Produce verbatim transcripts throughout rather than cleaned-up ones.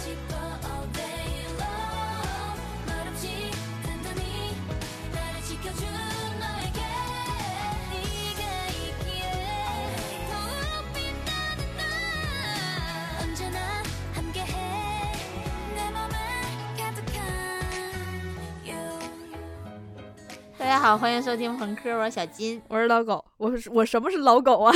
大家好，欢迎收听朋克，我是小金， 我是老狗，我是我什么是老狗啊？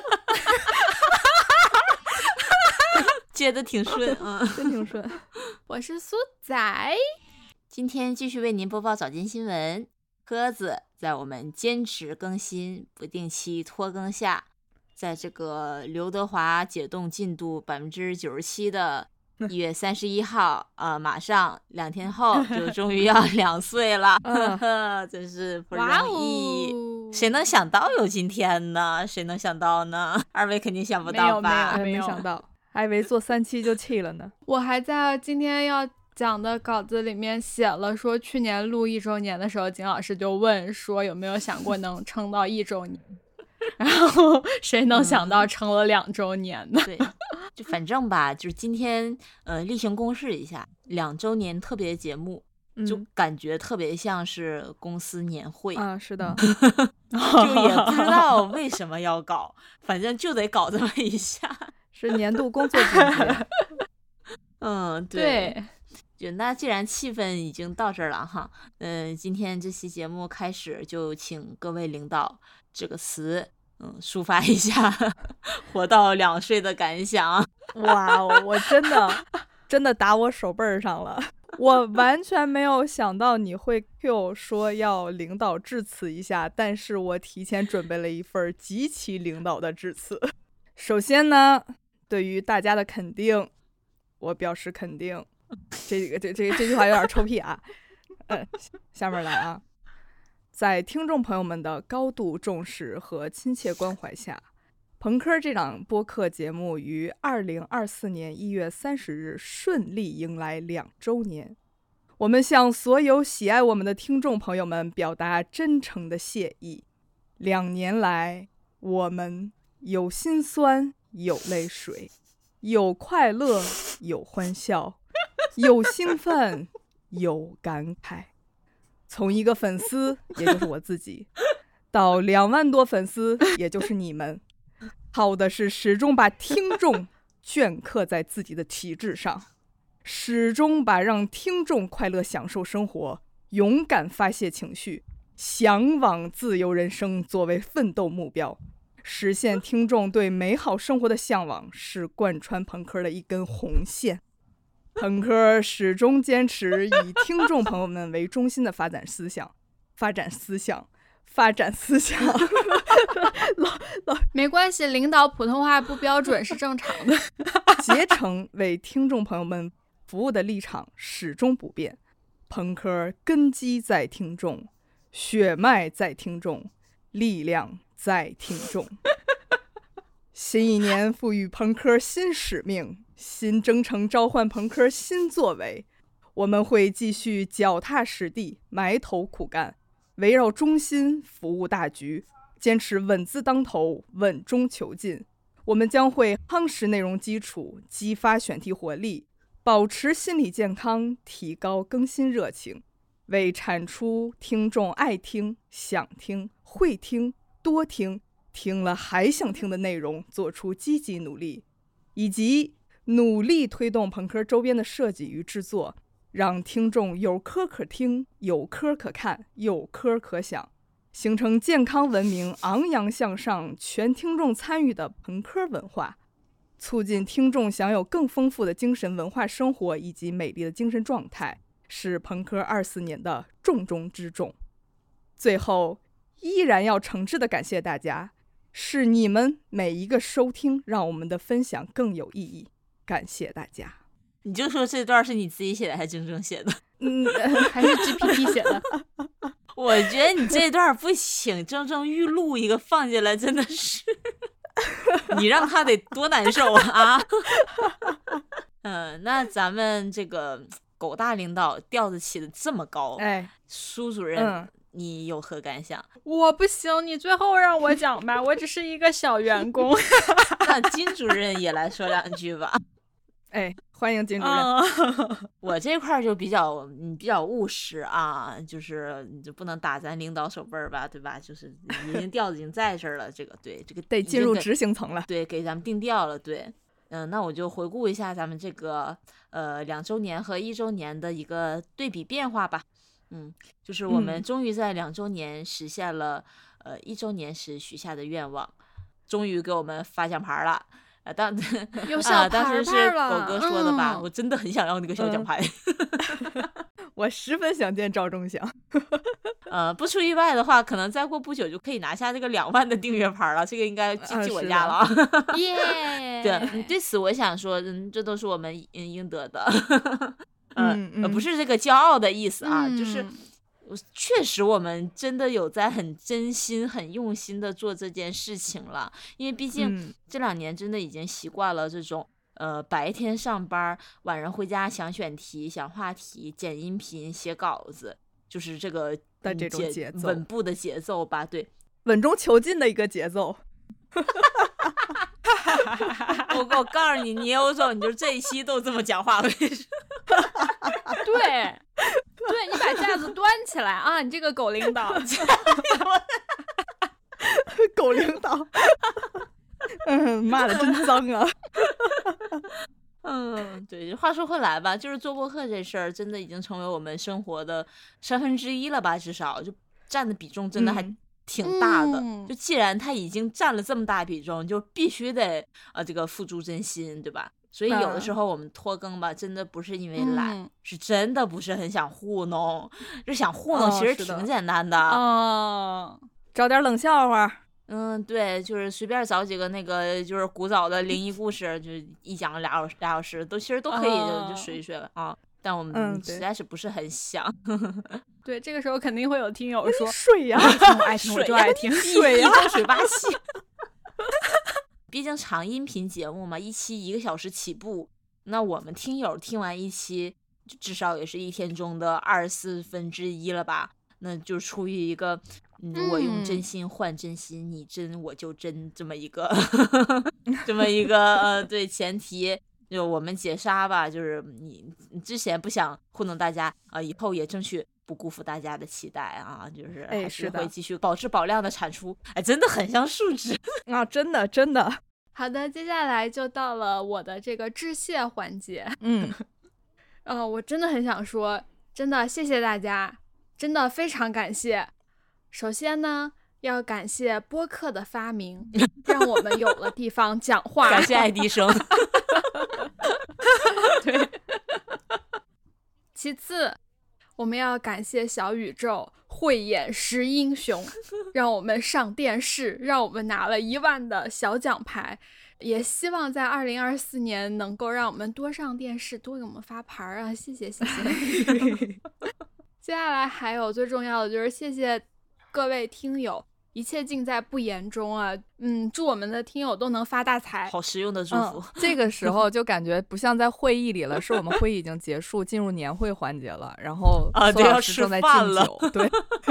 接的挺顺啊， 真挺顺。 我是苏仔， 今天继续为您播报早间新闻。鸽子在我们坚持更新、不定期拖更下，在这个刘德华解冻进度百分之九十七的一月三十一号，呃，马上两天后就终于要两岁了，呵呵，真是不容易。 哦、 谁能想到有今天呢？谁能想到呢？二位肯定想不到吧？ 没有没有没有想到，还以为做三期就气了呢。 我还在今天要讲的稿子里面写了，说去年录一周年的时候，景老师就问说有没有想过能撑到一周年。然后谁能想到撑了两周年呢？ 嗯、对，就反正吧，就是今天呃例行公事一下，两周年特别节目，嗯、就感觉特别像是公司年会啊，是的， 就也不知道为什么要搞，反正就得搞这么一下， 是年度工作总结。 嗯，对。 对就那既然气氛已经到这儿了哈，嗯、呃，今天这期节目开始就请各位领导这个词，嗯，抒发一下活到两岁的感想。 哇，我真的真的打我手背上了，我完全没有想到你会 Q 说要领导致辞一下，但是我提前准备了一份极其领导的致辞。首先呢，对于大家的肯定，我表示肯定。这个这这这句话有点臭屁啊，嗯，下面来啊，在听众朋友们的高度重视和亲切关怀下，朋克这档播客节目于二零二四年一月三十日顺利迎来两周年。我们向所有喜爱我们的听众朋友们表达真诚的谢意。两年来，我们有心酸，有泪水，有快乐，有欢笑。有兴奋，有感慨，从一个粉丝，也就是我自己，到两万多粉丝，也就是你们，靠的是始终把听众镌刻在自己的体质上，始终把让听众快乐享受生活、勇敢发泄情绪、向往自由人生作为奋斗目标。实现听众对美好生活的向往，是贯穿朋克的一根红线。朋克始终坚持以听众朋友们为中心的发展思想，发展思想，发展思想。老老没关系，领导普通话不标准是正常的。 竭诚为听众朋友们服务的立场始终不变。朋克根基在听众，血脉在听众，力量在听众。新一年赋予朋克新使命，新征程召唤朋克新作为。我们会继续脚踏实地，埋头苦干，围绕中心服务大局，坚持稳字当头，稳中求进。我们将会夯实内容基础，激发选题活力，保持心理健康，提高更新热情，为产出听众爱听、想听、会听、多听、听了还想听的内容做出积极努力，以及努力推动朋克周边的设计与制作，让听众有科可听，有科可看，有科可想，形成健康文明、昂扬向上、全听众参与的朋克文化，促进听众享有更丰富的精神文化生活以及美丽的精神状态，是朋克二四年的重中之重。最后，依然要诚挚地感谢大家，是你们每一个收听让我们的分享更有意义，感谢大家。 你就说这段是你自己写的还是铮铮写的？ 嗯， 还是 G P T 写的？ 我觉得你这段不请铮铮预录一个放进来，真的是你让他得多难受啊！嗯、呃，那咱们这个狗大领导调子起的这么高， 哎， 苏主任。 嗯， 你有何感想？ 我不行，你最后让我讲吧，我只是一个小员工。 那金主任也来说两句吧。 哎， 欢迎金主任。 啊我这块儿就比较嗯比较务实啊，就是你就不能打咱领导手背儿吧，对吧？就是已经调子已经在这儿了，这个对这个得进入已经给执行层了。 对，给咱们定调了，对。嗯，那我就回顾一下咱们这个呃两周年和一周年的一个对比变化吧。嗯，就是我们嗯终于在两周年实现了、呃一周年时许下的愿望，终于给我们发奖牌了。啊，当啊， 有小当时是牌牌狗了哥说的吧？ 嗯我真的很想要那个小奖嗯牌。 我十分想见赵忠祥。 呃，不出意外的话，可能再过不久就可以拿下这个两万的订阅牌了。这个应该进啊进我是的家了啊。 耶！ 对，嗯对此我想说，嗯，这都是我们应应得的。呃呃， 嗯嗯不是这个骄傲的意思啊，就是嗯我确实我们真的有在很真心、很用心的做这件事情了。因为毕竟嗯这两年真的已经习惯了这种。呃，白天上班，晚上回家想选题、想话题、剪音频、写稿子，就是这个的这种嗯节节奏稳步的节奏吧。对， 稳中求进的一个节奏。 我我告诉你，你有种，你就这一期都这么讲话，我跟你说。 对，对你把架子端起来啊！你这个狗领导， 狗领导。嗯，骂的真脏啊。 嗯，对，话说回来吧，就是做播客这事儿，真的已经成为我们生活的三分之一了吧，至少就占的比重真的还嗯挺大的。 嗯就既然它已经占了这么大比重，就必须得呃这个付诸真心，对吧？所以有的时候我们拖更吧，真的不是因为懒， 嗯是真的不是很想糊弄。就想糊弄， 哦其实是的挺简单的。 哦， 找点冷笑话。 嗯，对，就是随便找几个那个就是古早的灵异故事，就一讲俩小时俩小时，都其实都可以就哦就水一水了啊。但我嗯们对实在是不是很想。 对，这个时候肯定会有听友说， 水呀、 爱听我爱听我水呀就爱听， 水呀、 一周水八期。毕竟长音频节目嘛，一期一个小时起步，那我们听友听完一期，就至少也是一天中的二四分之一了吧？那就出于一个，嗯，我用真心换真心，你真我就真这么一个，这么一个呃，对前提。就我们解杀吧，就是你你之前不想糊弄大家啊、呃，以后也争取不辜负大家的期待啊，就是还哎是的会继续保质保量的产出，哎，真的很像数值。 啊，真的真的。 好的，接下来就到了我的这个致谢环节。 嗯， 呃，我真的很想说，真的谢谢大家，真的非常感谢。首先呢，要感谢播客的发明，让我们有了地方讲话。 感谢爱迪生。 对。其次，我们要感谢小宇宙慧眼识英雄，让我们上电视，让我们拿了一万的小奖牌。也希望在二零二四年能够让我们多上电视，多给我们发牌啊！谢谢谢谢。接下来还有最重要的就是谢谢各位听友，一切尽在不言中啊！嗯，祝我们的听友都能发大财。 好实用的祝福。 嗯，这个时候就感觉不像在会议里了，是我们会议已经结束，进入年会环节了，然后啊，对， 苏老要吃师正在饭了。 敬酒，对。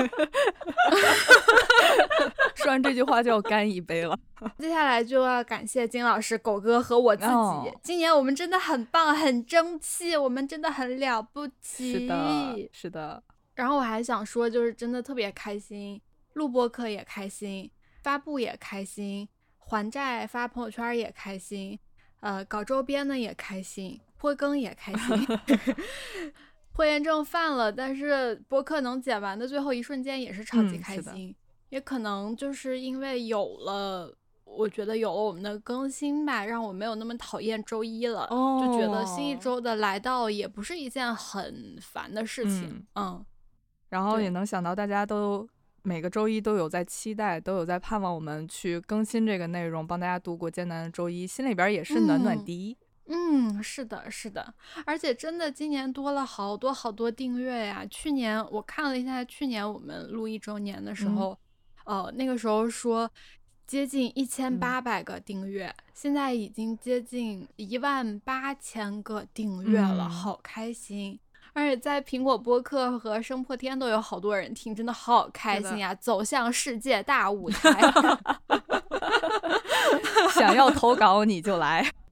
说完这句话就要干一杯了。 接下来就要感谢金老师、狗哥和我自己。 哦今年我们真的很棒，很争气，我们真的很了不起。 是的，是的。 然后我还想说，就是真的特别开心，录播课也开心，发布也开心，还债发朋友圈也开心，呃，搞周边呢也开心，拖更也开心。拖延症犯了，但是播客能剪完的最后一瞬间也是超级嗯是的开心。也可能就是因为有了，我觉得有了我们的更新吧，让我没有那么讨厌周一了， 哦就觉得新一周的来到也不是一件很烦的事情。 嗯嗯， 然后对也能想到大家都每个周一都有在期待，都有在盼望我们去更新这个内容，帮大家度过艰难的周一，心里边也是暖暖的。 嗯，是的，是的，而且真的今年多了好多好多订阅呀！去年我看了一下，去年我们录一周年的时候，嗯、呃，那个时候说接近一千八百个订阅，嗯、现在已经接近一万八千个订阅了，嗯、好开心！而且在苹果播客和声破天都有好多人听，真的好开心呀！走向世界大舞台， 想要投稿你就来。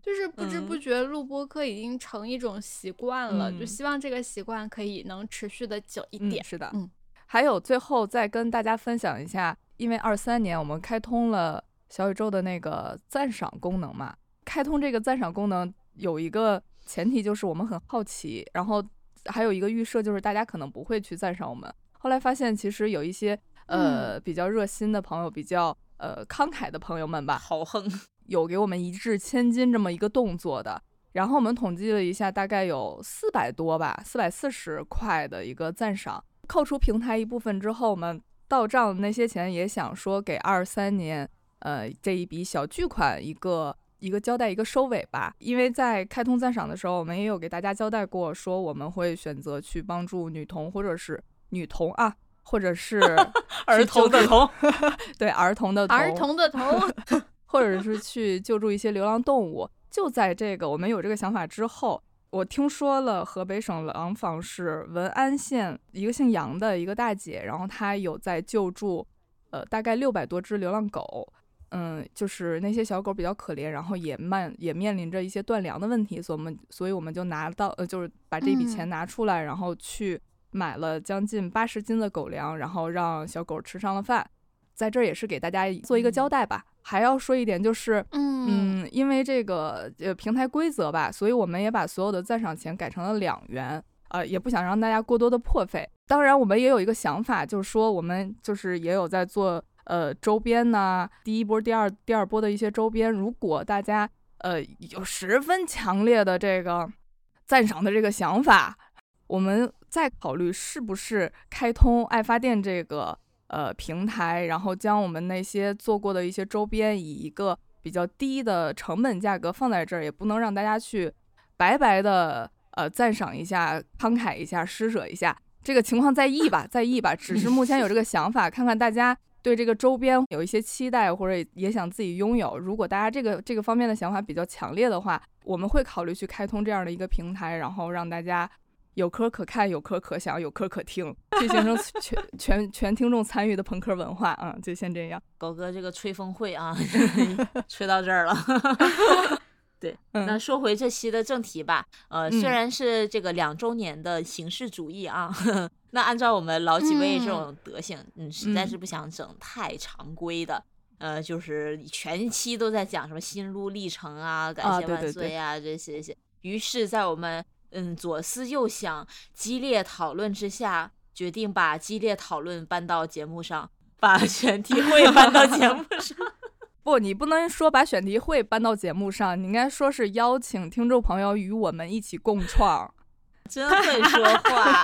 就是不知不觉录播课已经成一种习惯了， 嗯、 就希望这个习惯可以能持续的久一点。 嗯、是的， 嗯。 还有最后再跟大家分享一下，因为二三年我们开通了小宇宙的那个赞赏功能嘛，开通这个赞赏功能有一个前提就是我们很好奇，然后还有一个预设就是大家可能不会去赞赏我们。后来发现其实有一些呃、嗯、比较热心的朋友，比较呃慷慨的朋友们吧， 豪横， 有给我们一掷千金这么一个动作的。然后我们统计了一下，大概有四百多吧，四百四十块的一个赞赏。扣除平台一部分之后，我们到账那些钱也想说给二三年呃这一笔小巨款一个一个交代，一个收尾吧。因为在开通赞赏的时候，我们也有给大家交代过，说我们会选择去帮助女童或者是女童啊，或者是儿童的童对，儿童的童儿童的童或者是去救助一些流浪动物。就在这个我们有这个想法之后，我听说了河北省廊坊市文安县一个姓杨的一个大姐，然后她有在救助呃大概六百多只流浪狗。嗯，就是那些小狗比较可怜，然后也慢也面临着一些断粮的问题，所以我们所以我们就拿到呃就是把这笔钱拿出来、嗯、然后去买了将近八十斤的狗粮，然后让小狗吃上了饭。在这儿也是给大家做一个交代吧。还要说一点就是，嗯，嗯因为这个呃平台规则吧，所以我们也把所有的赞赏钱改成了两元，呃，也不想让大家过多的破费。当然，我们也有一个想法，就是说我们就是也有在做呃周边呐、啊，第一波、第二第二波的一些周边。如果大家呃有十分强烈的这个赞赏的这个想法，我们再考虑是不是开通爱发电这个。呃，平台，然后将我们那些做过的一些周边以一个比较低的成本价格放在这儿，也不能让大家去白白的呃赞赏一下、慷慨一下、施舍一下，这个情况在议吧，在议吧。只是目前有这个想法，看看大家对这个周边有一些期待，或者也想自己拥有。如果大家这个这个方面的想法比较强烈的话，我们会考虑去开通这样的一个平台，然后让大家。有科可看，有科可想，有科可听，去形成全全全听众参与的朋克文化啊、嗯！就先这样。 狗哥这个吹风会啊，吹到这儿了。对、嗯，那说回这期的正题吧。呃， 嗯、 虽然是这个两周年的形式主义啊，呵那按照我们老几位这种德行，嗯，嗯实在是不想整太常规的。嗯、呃，就是全期都在讲什么心路历程啊，感谢万岁啊，啊对对对这些这些。于是，在我们嗯，左思右想，激烈讨论之下，决定把激烈讨论搬到节目上，把选题会搬到节目上。 不，你不能说把选题会搬到节目上，你应该说是邀请听众朋友与我们一起共创。 真会说话，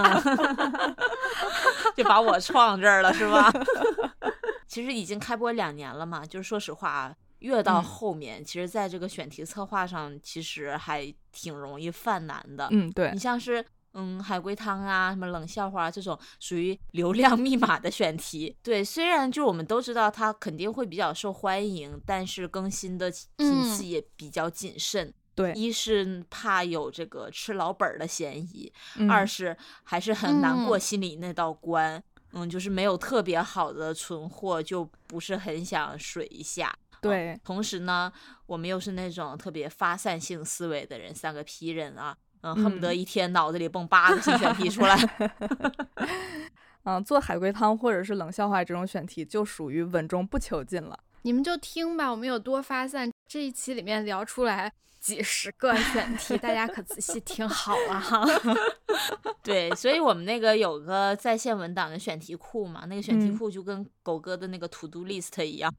就把我创这儿了是吧？其实已经开播两年了嘛，就是说实话啊。越到后面、嗯、其实在这个选题策划上其实还挺容易犯难的。 嗯，对， 你像是嗯海龟汤啊什么冷笑话这种属于流量密码的选题，对，虽然就我们都知道它肯定会比较受欢迎，但是更新的频次也比较谨慎、嗯、 对， 一是怕有这个吃老本的嫌疑、嗯、二是还是很难过心里那道关。嗯, 嗯就是没有特别好的存货就不是很想水一下。 对、 嗯，同时呢，我们又是那种特别发散性思维的人，三个 P 人啊，嗯，恨不得一天脑子里蹦八个新选题出来。 嗯，做海龟汤或者是冷笑话这种选题就属于稳中不求进了。 你们就听吧，我们有多发散，这一期里面聊出来几十个选题，大家可仔细听好了哈。 对，所以我们那个有个在线文档的选题库嘛，那个选题库就跟狗哥的那个 to do list 一样，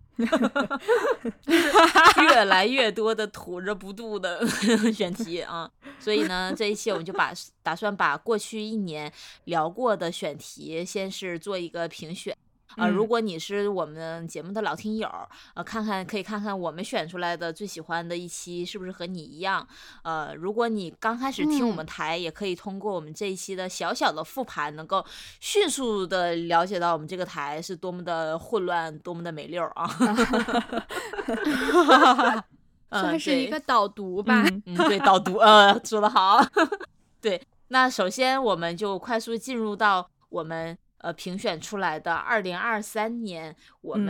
就是越来越多的吐着不度的选题啊。所以呢，这一期我们就把打算把过去一年聊过的选题先是做一个评选。啊、呃，如果你是我们节目的老听友，呃，看看可以看看我们选出来的最喜欢的一期是不是和你一样。呃，如果你刚开始听我们台、嗯，也可以通过我们这一期的小小的复盘，能够迅速的了解到我们这个台是多么的混乱，多么的没溜啊。 算是一个导读吧。 嗯，嗯对，导读，呃，说得好。对，那首先我们就快速进入到我们。呃，评选出来的二零二三年我们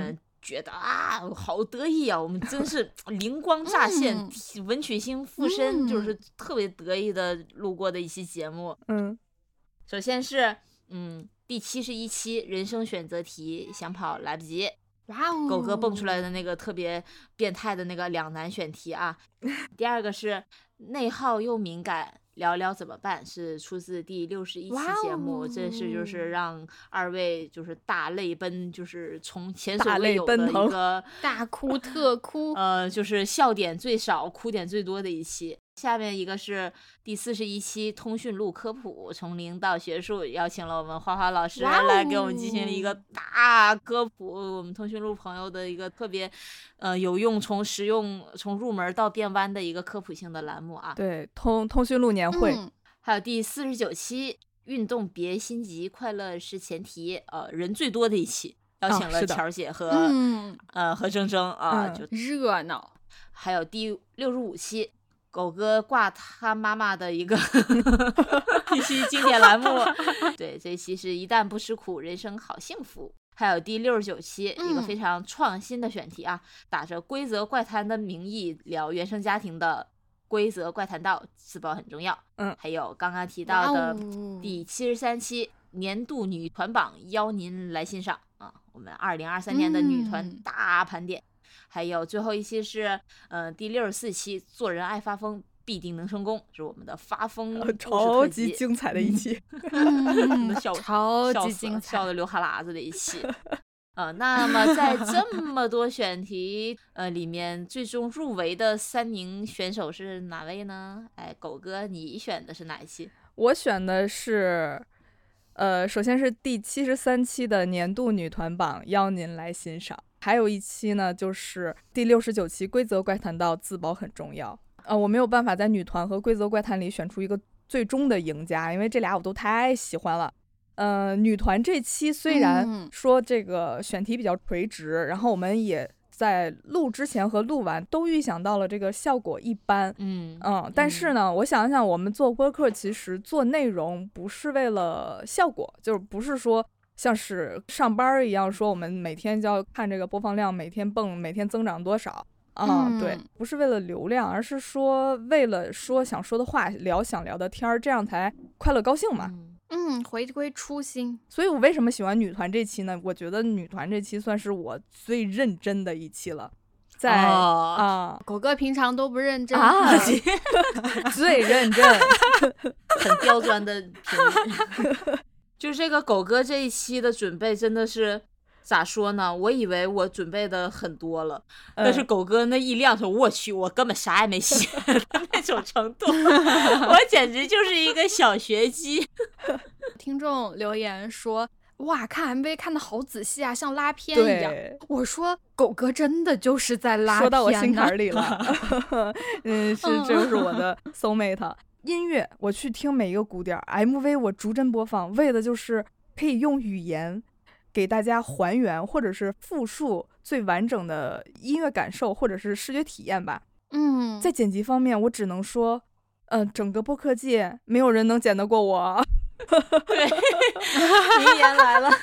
觉得啊，好得意啊，我们真是灵光乍现， 嗯文曲星附身， 嗯就是特别得意的录过的一期节目。 嗯， 首先是嗯第七十一期人生选择题，想跑来不及。 哇哦， 狗哥蹦出来的那个特别变态的那个两难选题啊。第二个是内耗又敏感，聊聊怎么办，是出自第六十一期节目。 哇哦这是就是让二位就是大泪奔，就是从前所大泪未有的奔腾一个大哭特哭， 呃，就是笑点最少、哭点最多的一期。下面一个是第四十一期通讯录科普，从零到学术，邀请了我们花花老师哇哦来给我们进行了一个大科普，我们通讯录朋友的一个特别呃有用、从实用、从入门到变弯的一个科普性的栏目啊。 对，通通讯录年会， 嗯还有第四十九期运动别心急，快乐是前提，呃，人最多的一期，邀请了是的乔姐和、 嗯， 呃和铮铮啊， 嗯就热闹， 还有第六十五期狗哥挂他妈妈的一个一期经典栏目，对，这一期是一旦不吃苦，人生好幸福。还有第六十九期、一个嗯非常创新的选题啊，打着规则怪谈的名义聊原生家庭的规则怪谈道，自保很重要。 嗯， 还有刚刚提到的哇哦第七十三期年度女团榜，邀您来欣赏啊，我们二零二三年的女团嗯大盘点。还有最后一期是呃第六十四期做人爱发疯必定能成功，是我们的发疯故事超特辑， 级精彩的一期。 嗯笑超笑死了级精彩笑，得流哈喇子的一期。呃，那么在这么多选题呃里面，最终入围的三名选手是哪位呢？哎，狗哥，你选的是哪一期？ 我选的是，呃，首先是第七十三期的年度女团榜，邀您来欣赏。还有一期呢，就是第六十九期规则怪谈道，自保很重要。呃，我没有办法在女团和规则怪谈里选出一个最终的赢家，因为这俩我都太喜欢了。呃，女团这期虽然嗯说这个选题比较垂直，然后我们也在录之前和录完都预想到了这个效果一般。 嗯嗯，但是呢，我想想，我们做播客其实做内容不是为了效果，就是不是说像是上班一样，说我们每天就要看这个播放量，每天蹦，每天增长多少啊、 嗯对，不是为了流量，而是说为了说想说的话，聊想聊的天儿，这样才快乐高兴嘛。 嗯嗯，回归初心， 所以我为什么喜欢女团这期呢？我觉得女团这期算是我最认真的一期了，在啊、 哦狗哥平常都不认真啊最认真。 很刁钻的评语。就是这个狗哥这一期的准备真的是咋说呢？我以为我准备的很多了，但是狗哥那一亮手，我去，我根本啥也没写的那种程度，我简直就是一个小学鸡。 听众留言说，哇，看 M V 看的好仔细啊，像拉片一样。 对， 我说狗哥真的就是在拉片呢， 说到我心坎儿里了。嗯，是，这就是我的 soul mate。音乐我去听每一个鼓点 ，M V 我逐帧播放，为的就是可以用语言给大家还原或者是复述最完整的音乐感受或者是视觉体验吧。 嗯， 在剪辑方面，我只能说，呃，整个播客界没有人能剪得过我。 对，名言来了。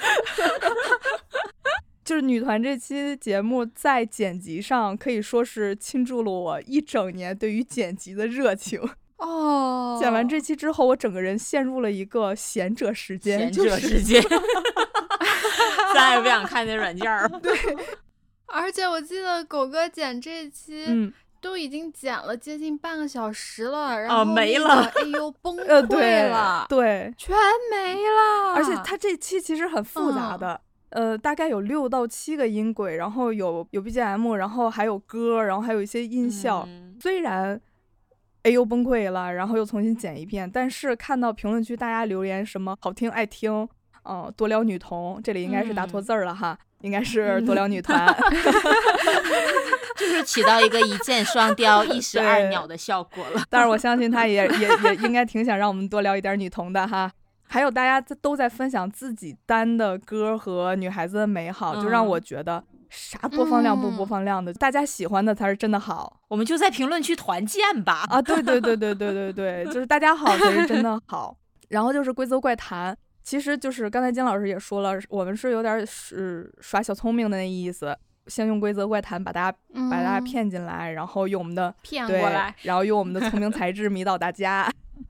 就是女团这期节目在剪辑上可以说是倾注了我一整年对于剪辑的热情。 哦， 剪完这期之后，我整个人陷入了一个闲者时间， 闲就是者时间，再也不想看那软件儿。 对， 而且我记得狗哥剪这期， 嗯， 都已经剪了接近半个小时了，然哦后没了， 哎呦崩呃， 溃对了， 对， 全没了。 而且它这期其实很复杂的。 嗯呃，大概有六到七个音轨，然后有有 B G M， 然后还有歌，然后还有一些音效。 嗯虽然哎呦崩溃了，然后又重新剪一遍，但是看到评论区大家留言什么好听爱听，嗯、呃，多聊女同，这里应该是打错字儿了哈，嗯、应该是多聊女团， 就是起到一个一箭双雕、一石二鸟的效果了。 但是我相信他也也也应该挺想让我们多聊一点女同的哈。还有大家都在分享自己单的歌和女孩子的美好， 嗯、 就让我觉得啥播放量不播放量的，嗯、大家喜欢的才是真的好。 我们就在评论区团建吧。 啊，对对对对对对对，就是大家好才是真的好。然后就是规则怪谈，其实就是刚才金老师也说了，我们是有点是耍小聪明的那意思。 先用规则怪谈把大家、 嗯、 把大家骗进来，然后用我们的骗过来， 然后用我们的聪明才智迷倒大家。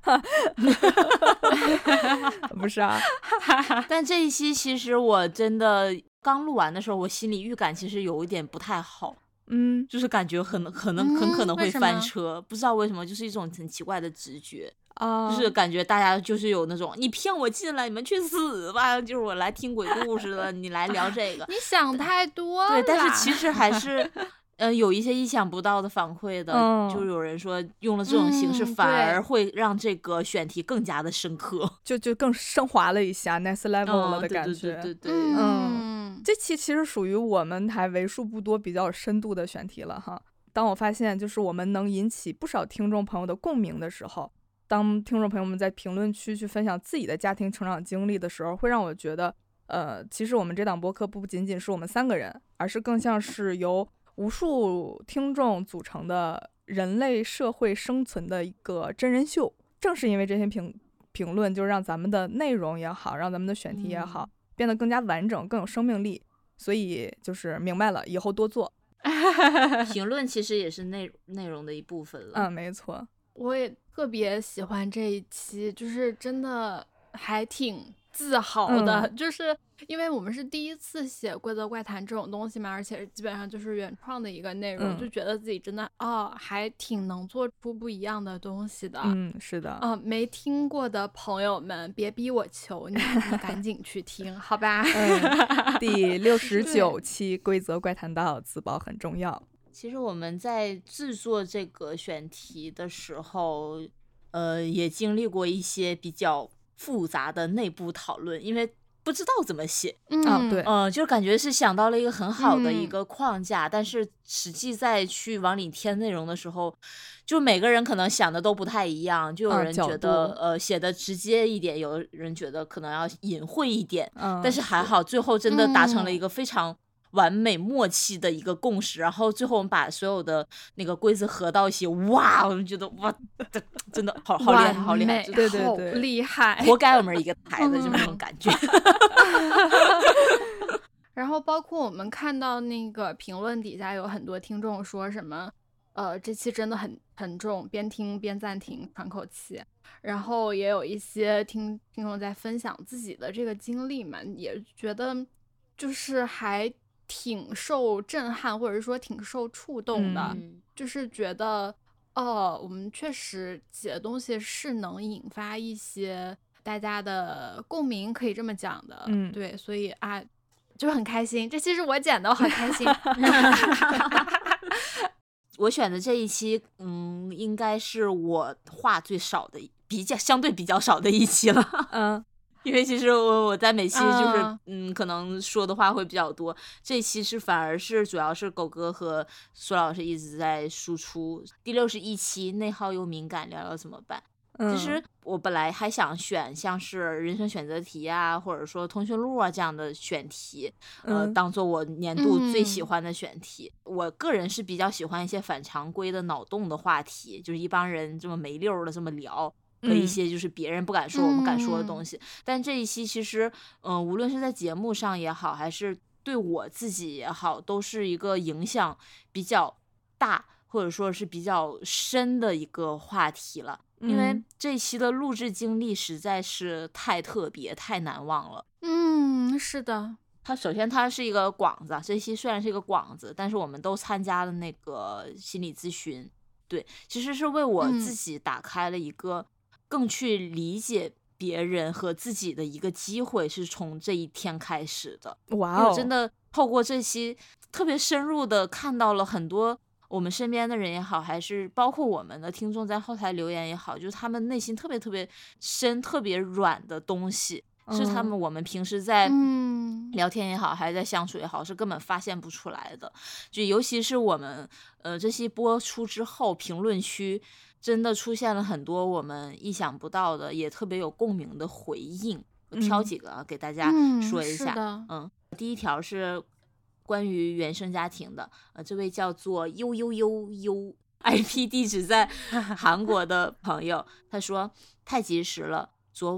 不是啊， 但这一期其实我真的刚录完的时候，我心里预感其实有一点不太好。 嗯， 就是感觉很可能很可能会翻车、 嗯、 不知道为什么，就是一种很奇怪的直觉啊、 uh, 就是感觉大家就是有那种你骗我进来，你们去死吧，就是我来听鬼故事的，你来聊这个， 你想太多了。 对，但是其实还是呃有一些意想不到的反馈的， 嗯、 就有人说用了这种形式反而会让这个选题更加的深刻， 就就更升华了一下 next level 了的感觉。 嗯、对对对对对， 嗯，这期其实属于我们台为数不多比较有深度的选题了哈。当我发现就是我们能引起不少听众朋友的共鸣的时候，当听众朋友们在评论区去分享自己的家庭成长经历的时候，会让我觉得呃，其实我们这档播客不仅仅是我们三个人，而是更像是由无数听众组成的人类社会生存的一个真人秀。正是因为这些评评论，就让咱们的内容也好，让咱们的选题也好、嗯、变得更加完整，更有生命力。所以就是明白了，以后多做。 评论其实也是内内容的一部分了。 嗯，没错。 我也特别喜欢这一期，就是真的还挺自豪的、 嗯、 就是因为我们是第一次写规则怪谈这种东西嘛，而且基本上就是原创的一个内容、嗯、就觉得自己真的哦还挺能做出不一样的东西的。 嗯，是的。 嗯，没听过的朋友们别逼我求你，你赶紧去听好吧。 嗯，第六十九期规则怪谈道，自保很重要。 其实我们在制作这个选题的时候呃，也经历过一些比较复杂的内部讨论，因为不知道怎么写。 嗯，对， 呃，就感觉是想到了一个很好的一个框架、嗯、但是实际在去往里添内容的时候，就每个人可能想的都不太一样，就有人觉得、嗯、呃写的直接一点，有人觉得可能要隐晦一点、嗯、但是还好最后真的达成了一个非常完美默契的一个共识、嗯、然后最后我们把所有的那个规则合到一起，哇，我们觉得哇真的好好厉害好厉害， 对对对， 厉害， 活该我们一个台的、嗯、就是那种感觉。 然后包括我们看到那个评论底下有很多听众说什么呃，这期真的很沉重，边听边暂停喘口气，然后也有一些听听众在分享自己的这个经历嘛，也觉得就是还挺受震撼，或者说挺受触动的、 嗯、 就是觉得哦，我们确实写的东西是能引发一些大家的共鸣，可以这么讲的。 嗯， 对，所以啊就很开心，这期是我剪的，我很开心。 我选的这一期嗯，应该是我话最少的比较相对比较少的一期了。 嗯， 因为其实我我在每期就是、uh. 嗯，可能说的话会比较多，这期是反而是主要是狗哥和苏老师一直在输出。第六十一期内耗又敏感，聊聊怎么办。 嗯、 其实我本来还想选像是人生选择题啊，或者说通讯录啊这样的选题，呃， 嗯、 当做我年度最喜欢的选题、嗯。我个人是比较喜欢一些反常规的脑洞的话题，就是一帮人这么没溜的这么聊。和一些就是别人不敢说、嗯、我们敢说的东西、嗯、但这一期其实嗯、呃，无论是在节目上也好，还是对我自己也好，都是一个影响比较大或者说是比较深的一个话题了、嗯、因为这一期的录制经历实在是太特别太难忘了。 嗯，是的， 它首先它是一个广子，这一期虽然是一个广子，但是我们都参加了那个心理咨询，对，其实是为我自己打开了一个更去理解别人和自己的一个机会，是从这一天开始的。 哇哦！ 因为我真的透过这期特别深入的看到了很多我们身边的人也好，还是包括我们的听众在后台留言也好，就是他们内心特别特别深特别软的东西、嗯、是他们我们平时在聊天也好、嗯、还是在相处也好，是根本发现不出来的。就尤其是我们呃这期播出之后，评论区真的出现了很多我们意想不到的也特别有共鸣的回应，我挑几个、啊嗯、给大家说一下。 嗯, 嗯，第一条是关于原生家庭的，呃，这位叫做悠悠悠悠 I P 地址在韩国的朋友他说太及时了，昨晚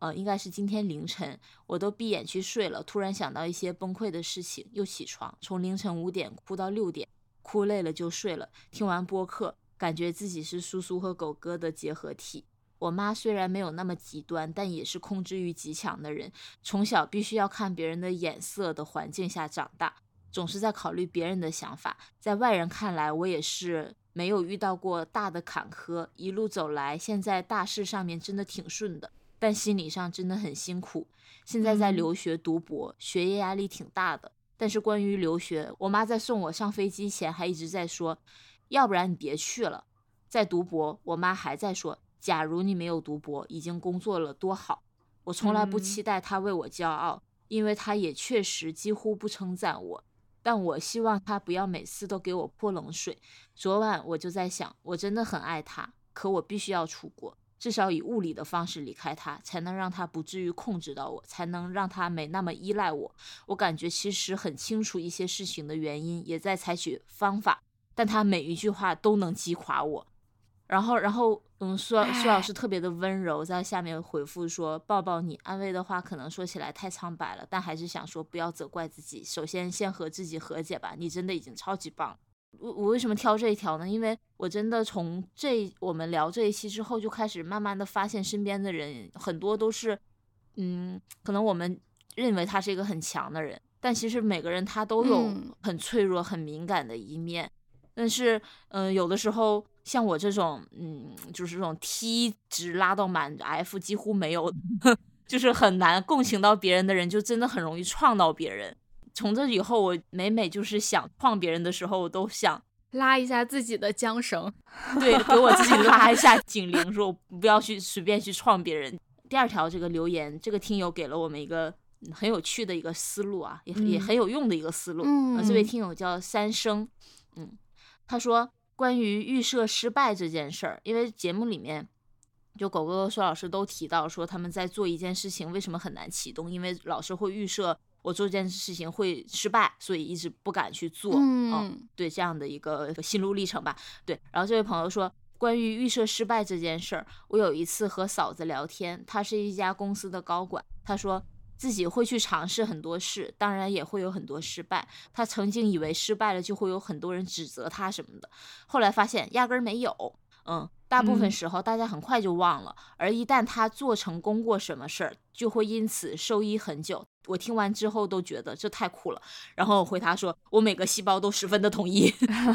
呃，应该是今天凌晨，我都闭眼去睡了，突然想到一些崩溃的事情，又起床，从凌晨五点哭到六点，哭累了就睡了。听完播客，感觉自己是苏苏和狗哥的结合体。我妈虽然没有那么极端，但也是控制欲极强的人，从小必须要看别人的眼色的环境下长大，总是在考虑别人的想法。在外人看来，我也是没有遇到过大的坎坷，一路走来，现在大事上面真的挺顺的，但心理上真的很辛苦。现在在留学读博，嗯、学业压力挺大的。但是关于留学，我妈在送我上飞机前还一直在说，要不然你别去了。在读博，我妈还在说，假如你没有读博，已经工作了多好。我从来不期待她为我骄傲，嗯、因为她也确实几乎不称赞我。但我希望她不要每次都给我泼冷水。昨晚我就在想，我真的很爱她，可我必须要出国。至少以物理的方式离开他，才能让他不至于控制到我，才能让他没那么依赖我。我感觉其实很清楚一些事情的原因，也在采取方法，但他每一句话都能击垮我。然后，然后，嗯，苏苏老师特别的温柔，在下面回复说：“抱抱你。”安慰的话可能说起来太苍白了，但还是想说不要责怪自己，首先先和自己和解吧。你真的已经超级棒了。我我为什么挑这一条呢？因为我真的从这我们聊这一期之后，就开始慢慢的发现身边的人很多都是，嗯，可能我们认为他是一个很强的人，但其实每个人他都有很脆弱、很敏感的一面。嗯、但是，嗯、呃，有的时候像我这种，嗯，就是这种 T 值拉到满 F 几乎没有，就是很难共情到别人的人，就真的很容易创到别人。从这以后，我每每就是想创别人的时候，我都想拉一下自己的缰绳， 对，给我自己拉一下警铃，说我不要去随便去创别人。第二条这个留言，这个听友给了我们一个很有趣的一个思路啊，也、嗯、也很有用的一个思路。嗯、呃，这位听友叫三生，嗯，他说关于预设失败这件事儿，因为节目里面就狗哥和苏老师都提到说他们在做一件事情为什么很难启动，因为老师会预设我做这件事情会失败，所以一直不敢去做。嗯、哦，对，这样的一个心路历程吧。对，然后这位朋友说，关于预设失败这件事儿，我有一次和嫂子聊天，她是一家公司的高管，她说自己会去尝试很多事，当然也会有很多失败。她曾经以为失败了就会有很多人指责她什么的，后来发现压根儿没有。嗯，大部分时候大家很快就忘了，嗯、而一旦他做成功过什么事儿，就会因此受益很久。我听完之后都觉得这太酷了，然后我回答说，我每个细胞都十分的同意。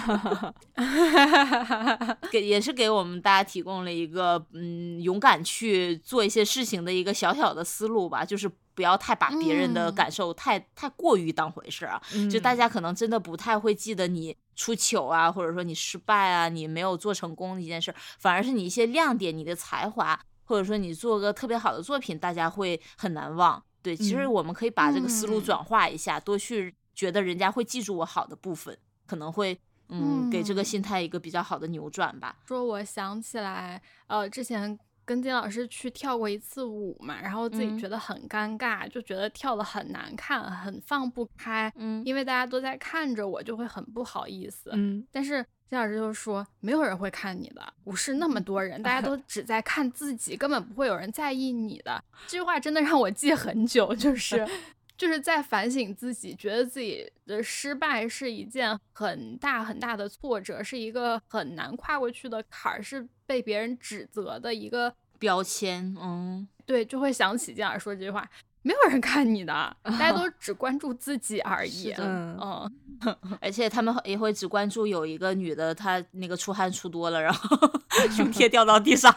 给也是给我们大家提供了一个嗯勇敢去做一些事情的一个小小的思路吧，就是不要太把别人的感受太、嗯、太过于当回事啊、嗯、就大家可能真的不太会记得你出糗啊，或者说你失败啊，你没有做成功的一件事，反而是你一些亮点，你的才华，或者说你做个特别好的作品，大家会很难忘。对，其实我们可以把这个思路转化一下、嗯、多去觉得人家会记住我好的部分，可能会嗯, 嗯给这个心态一个比较好的扭转吧。 说我想起来呃，之前跟金老师去跳过一次舞嘛，然后自己觉得很尴尬、嗯、就觉得跳得很难看，很放不开，嗯，因为大家都在看着我，就会很不好意思。嗯，但是金老师就说没有人会看你的，舞室那么多人，大家都只在看自己，根本不会有人在意你的。这句话真的让我记很久，就是就是在反省自己，觉得自己的失败是一件很大很大的挫折，是一个很难跨过去的坎儿，是被别人指责的一个标签。嗯， 对，就会想起金老师说这句话，没有人看你的，大家都只关注自己而已。 嗯嗯，而且他们也会只关注有一个女的，她那个出汗出多了，然后胸贴掉到地上。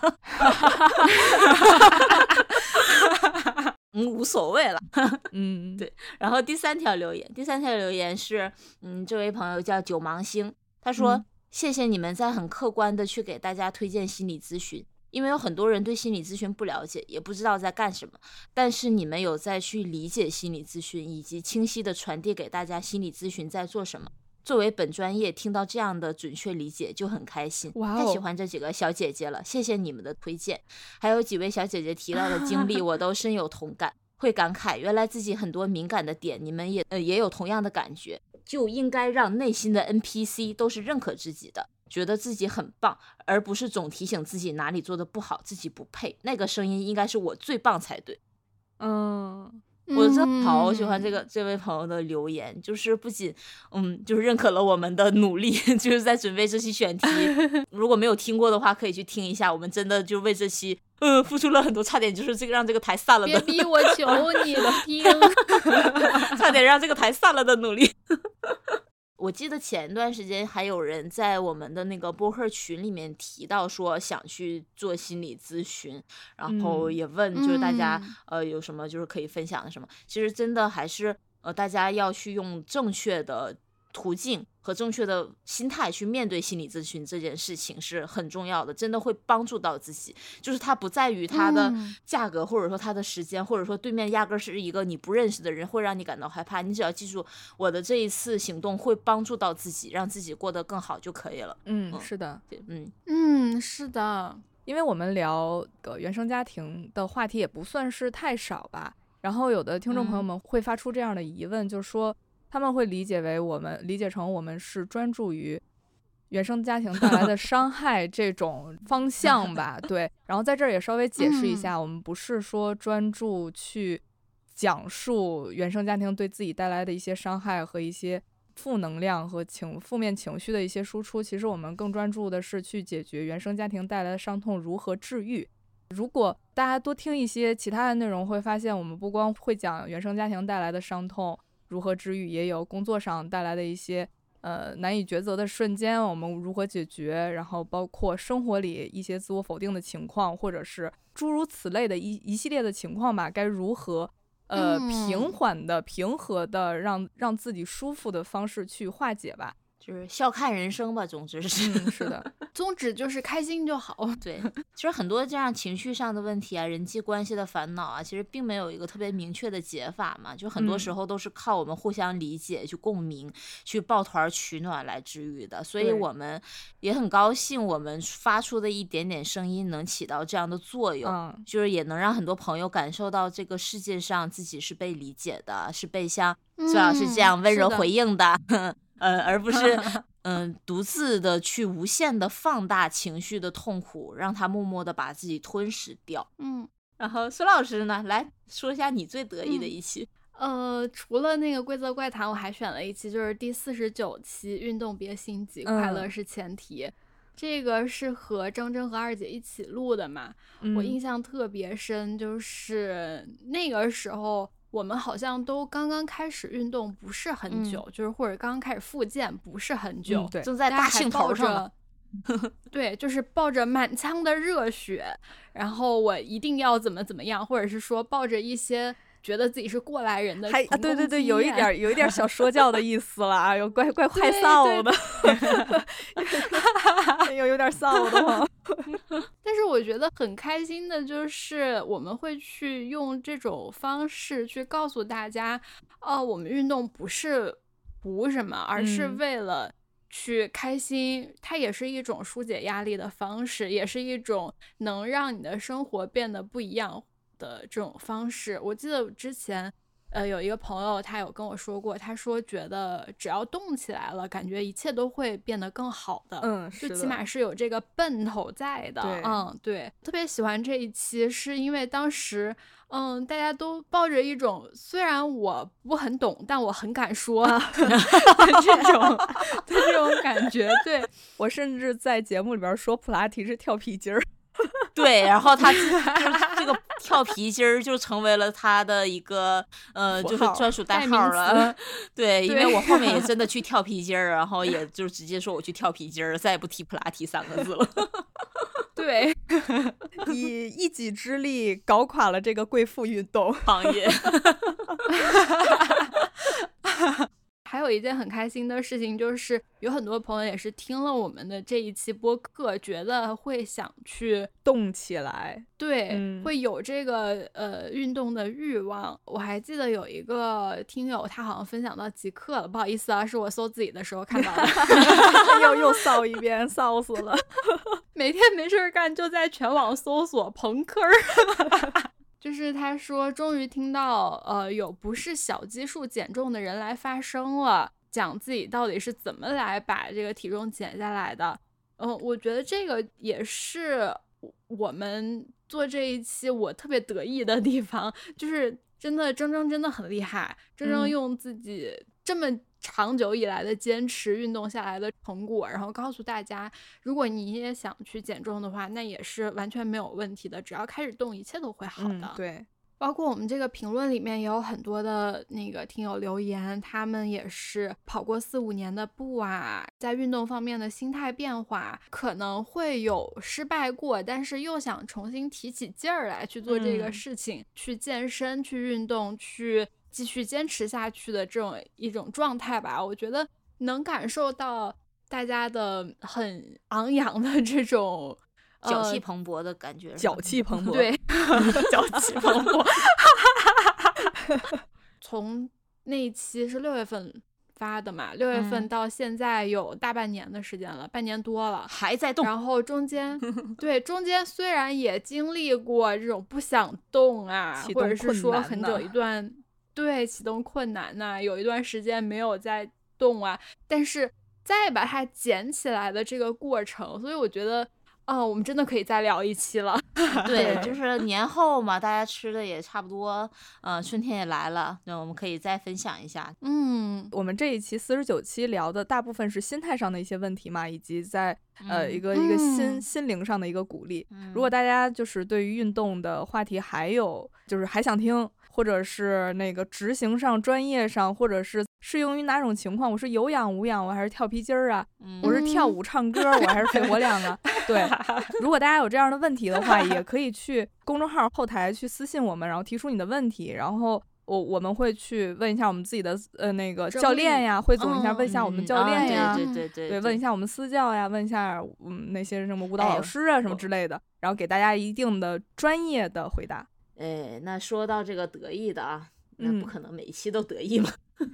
嗯，无所谓了。嗯，对。然后第三条留言，第三条留言是，嗯，这位朋友叫九芒星，他说、嗯、谢谢你们在很客观的去给大家推荐心理咨询，因为有很多人对心理咨询不了解，也不知道在干什么，但是你们有在去理解心理咨询，以及清晰的传递给大家心理咨询在做什么。作为本专业，听到这样的准确理解就很开心。Wow. 太喜欢这几个小姐姐了，谢谢你们的推荐。还有几位小姐姐提到的经历我都深有同感，会感慨原来自己很多敏感的点你们也、呃、也有同样的感觉，就应该让内心的 N P C 都是认可自己的， 觉得自己很棒，而不是总提醒自己哪里做的不好，自己不配。那个声音应该是我最棒才对。 嗯， 我真的好喜欢这个、嗯、这位朋友的留言，就是不仅嗯，就是认可了我们的努力，就是在准备这期选题。如果没有听过的话，可以去听一下。我们真的就为这期呃付出了很多，差点就是这个让这个台散了的。 别逼我，求你了，听， 差点让这个台散了的努力。我记得前段时间还有人在我们的那个播客群里面提到说想去做心理咨询，然后也问就是大家、嗯、呃有什么就是可以分享的什么。其实真的还是呃大家要去用正确的途径和正确的心态去面对心理咨询这件事情是很重要的，真的会帮助到自己。就是它不在于它的价格、嗯、或者说它的时间，或者说对面压根是一个你不认识的人会让你感到害怕，你只要记住我的这一次行动会帮助到自己，让自己过得更好就可以了。 嗯，嗯是的， 嗯嗯是的， 因为我们聊个原生家庭的话题也不算是太少吧，然后有的听众朋友们会发出这样的疑问、嗯、就是说他们会理解为我们理解成我们是专注于原生家庭带来的伤害这种方向吧。对，然后在这儿也稍微解释一下、嗯、我们不是说专注去讲述原生家庭对自己带来的一些伤害和一些负能量和情负面情绪的一些输出，其实我们更专注的是去解决原生家庭带来的伤痛如何治愈。如果大家多听一些其他的内容，会发现我们不光会讲原生家庭带来的伤痛如何治愈，也有工作上带来的一些呃难以抉择的瞬间我们如何解决，然后包括生活里一些自我否定的情况，或者是诸如此类的一一系列的情况吧，该如何呃、嗯、平缓的平和的让让自己舒服的方式去化解吧， 就是笑看人生吧，总之是、 嗯、是的， 宗旨就是开心就好。 对，其实很多这样情绪上的问题啊，人际关系的烦恼啊，其实并没有一个特别明确的解法嘛，就很多时候都是靠我们互相理解、嗯、去共鸣、去抱团取暖来治愈的。所以我们也很高兴，我们发出的一点点声音能起到这样的作用、嗯、就是也能让很多朋友感受到这个世界上自己是被理解的，是被像孙老师这样温柔回应的。嗯呃，而不是嗯、呃、独自的去无限的放大情绪的痛苦，让他默默的把自己吞噬掉。 嗯， 然后孙老师呢，来说一下你最得意的一期。 嗯、呃，除了那个规则怪谈，我还选了一期，就是第四十九期，运动别心急，快乐是前提。嗯，这个是和铮铮和二姐一起录的嘛、嗯、我印象特别深，就是那个时候我们好像都刚刚开始运动不是很久、嗯、就是或者刚刚开始复健不是很久、 嗯、对， 正在大兴头上。 对，就是抱着满腔的热血，然后我一定要怎么怎么样，或者是说抱着一些觉得自己是过来人的还、啊、对对对，有一点有一点小说教的意思了，有怪怪快臊的，有有点臊的慌。 但是我觉得很开心的就是我们会去用这种方式去告诉大家，哦，我们运动不是补什么，而是为了去开心、嗯、它也是一种疏解压力的方式，也是一种能让你的生活变得不一样的这种方式。我记得之前呃，有一个朋友他有跟我说过，他说觉得只要动起来了，感觉一切都会变得更好的。 嗯，是的， 就起码是有这个奔头在的。 对， 嗯，对，特别喜欢这一期，是因为当时嗯，大家都抱着一种虽然我不很懂，但我很敢说的这种的这种感觉。对， 我甚至在节目里边说普拉提是跳皮筋儿。 对，然后他这个跳皮筋儿就成为了他的一个呃，就是专属代号了。对，因为我后面也真的去跳皮筋儿，然后也就直接说我去跳皮筋儿，再也不提普拉提三个字了。 对， 以一己之力搞垮了这个贵妇运动行业。 还有一件很开心的事情，就是有很多朋友也是听了我们的这一期播客，觉得会想去动起来， 对、 嗯、 会有这个呃运动的欲望。我还记得有一个听友他好像分享到极客了，不好意思啊，是我搜自己的时候看到的。 又又扫一遍，臊死了。 每天没事干就在全网搜索朋克。就是他说终于听到呃有不是小基数减重的人来发声了，讲自己到底是怎么来把这个体重减下来的。 嗯，我觉得这个也是我们做这一期我特别得意的地方，就是真的铮铮真的很厉害，铮铮用自己这么长久以来的坚持运动下来的成果，然后告诉大家，如果你也想去减重的话，那也是完全没有问题的，只要开始动，一切都会好的。 嗯、对。 包括我们这个评论里面也有很多的那个听友留言，他们也是跑过四五年的步啊，在运动方面的心态变化可能会有失败过，但是又想重新提起劲儿来去做这个事情、嗯、去健身去运动去继续坚持下去的这种一种状态吧。我觉得能感受到大家的很昂扬的这种脚气蓬勃的感觉， 脚气蓬勃， 对，脚气蓬勃。从那一期是六月份发的嘛，六月份到现在有大半年的时间了，嗯、半年多了， 还在动。 然后中间，对，中间虽然也经历过这种不想动啊，或者是说很久一段，对，启动困难呐、啊，有一段时间没有在动啊，但是再把它捡起来的这个过程，所以我觉得。哦，我们真的可以再聊一期了。 对，就是年后嘛，大家吃的也差不多，呃，春天也来了，那我们可以再分享一下。 嗯， 我们这一期四十九期聊的大部分是心态上的一些问题嘛，以及在呃一个一个心、嗯、心灵上的一个鼓励、嗯。如果大家就是对于运动的话题还有就是还想听，或者是那个执行上、专业上，或者是适用于哪种情况，我是有氧、无氧，我还是跳皮筋儿啊、嗯？我是跳舞、唱歌，我还是肺活量啊？对，如果大家有这样的问题的话，也可以去公众号后台去私信我们，然后提出你的问题，然后我我们会去问一下我们自己的呃那个教练呀，汇总一下，问一下我们教练呀， 嗯、对对对 对, 对，问一下我们私教呀，问一下嗯那些什么舞蹈老师啊、哎、什么之类的，然后给大家一定的专业的回答。 哎，那说到这个得意的啊，那不可能每一期都得意嘛。嗯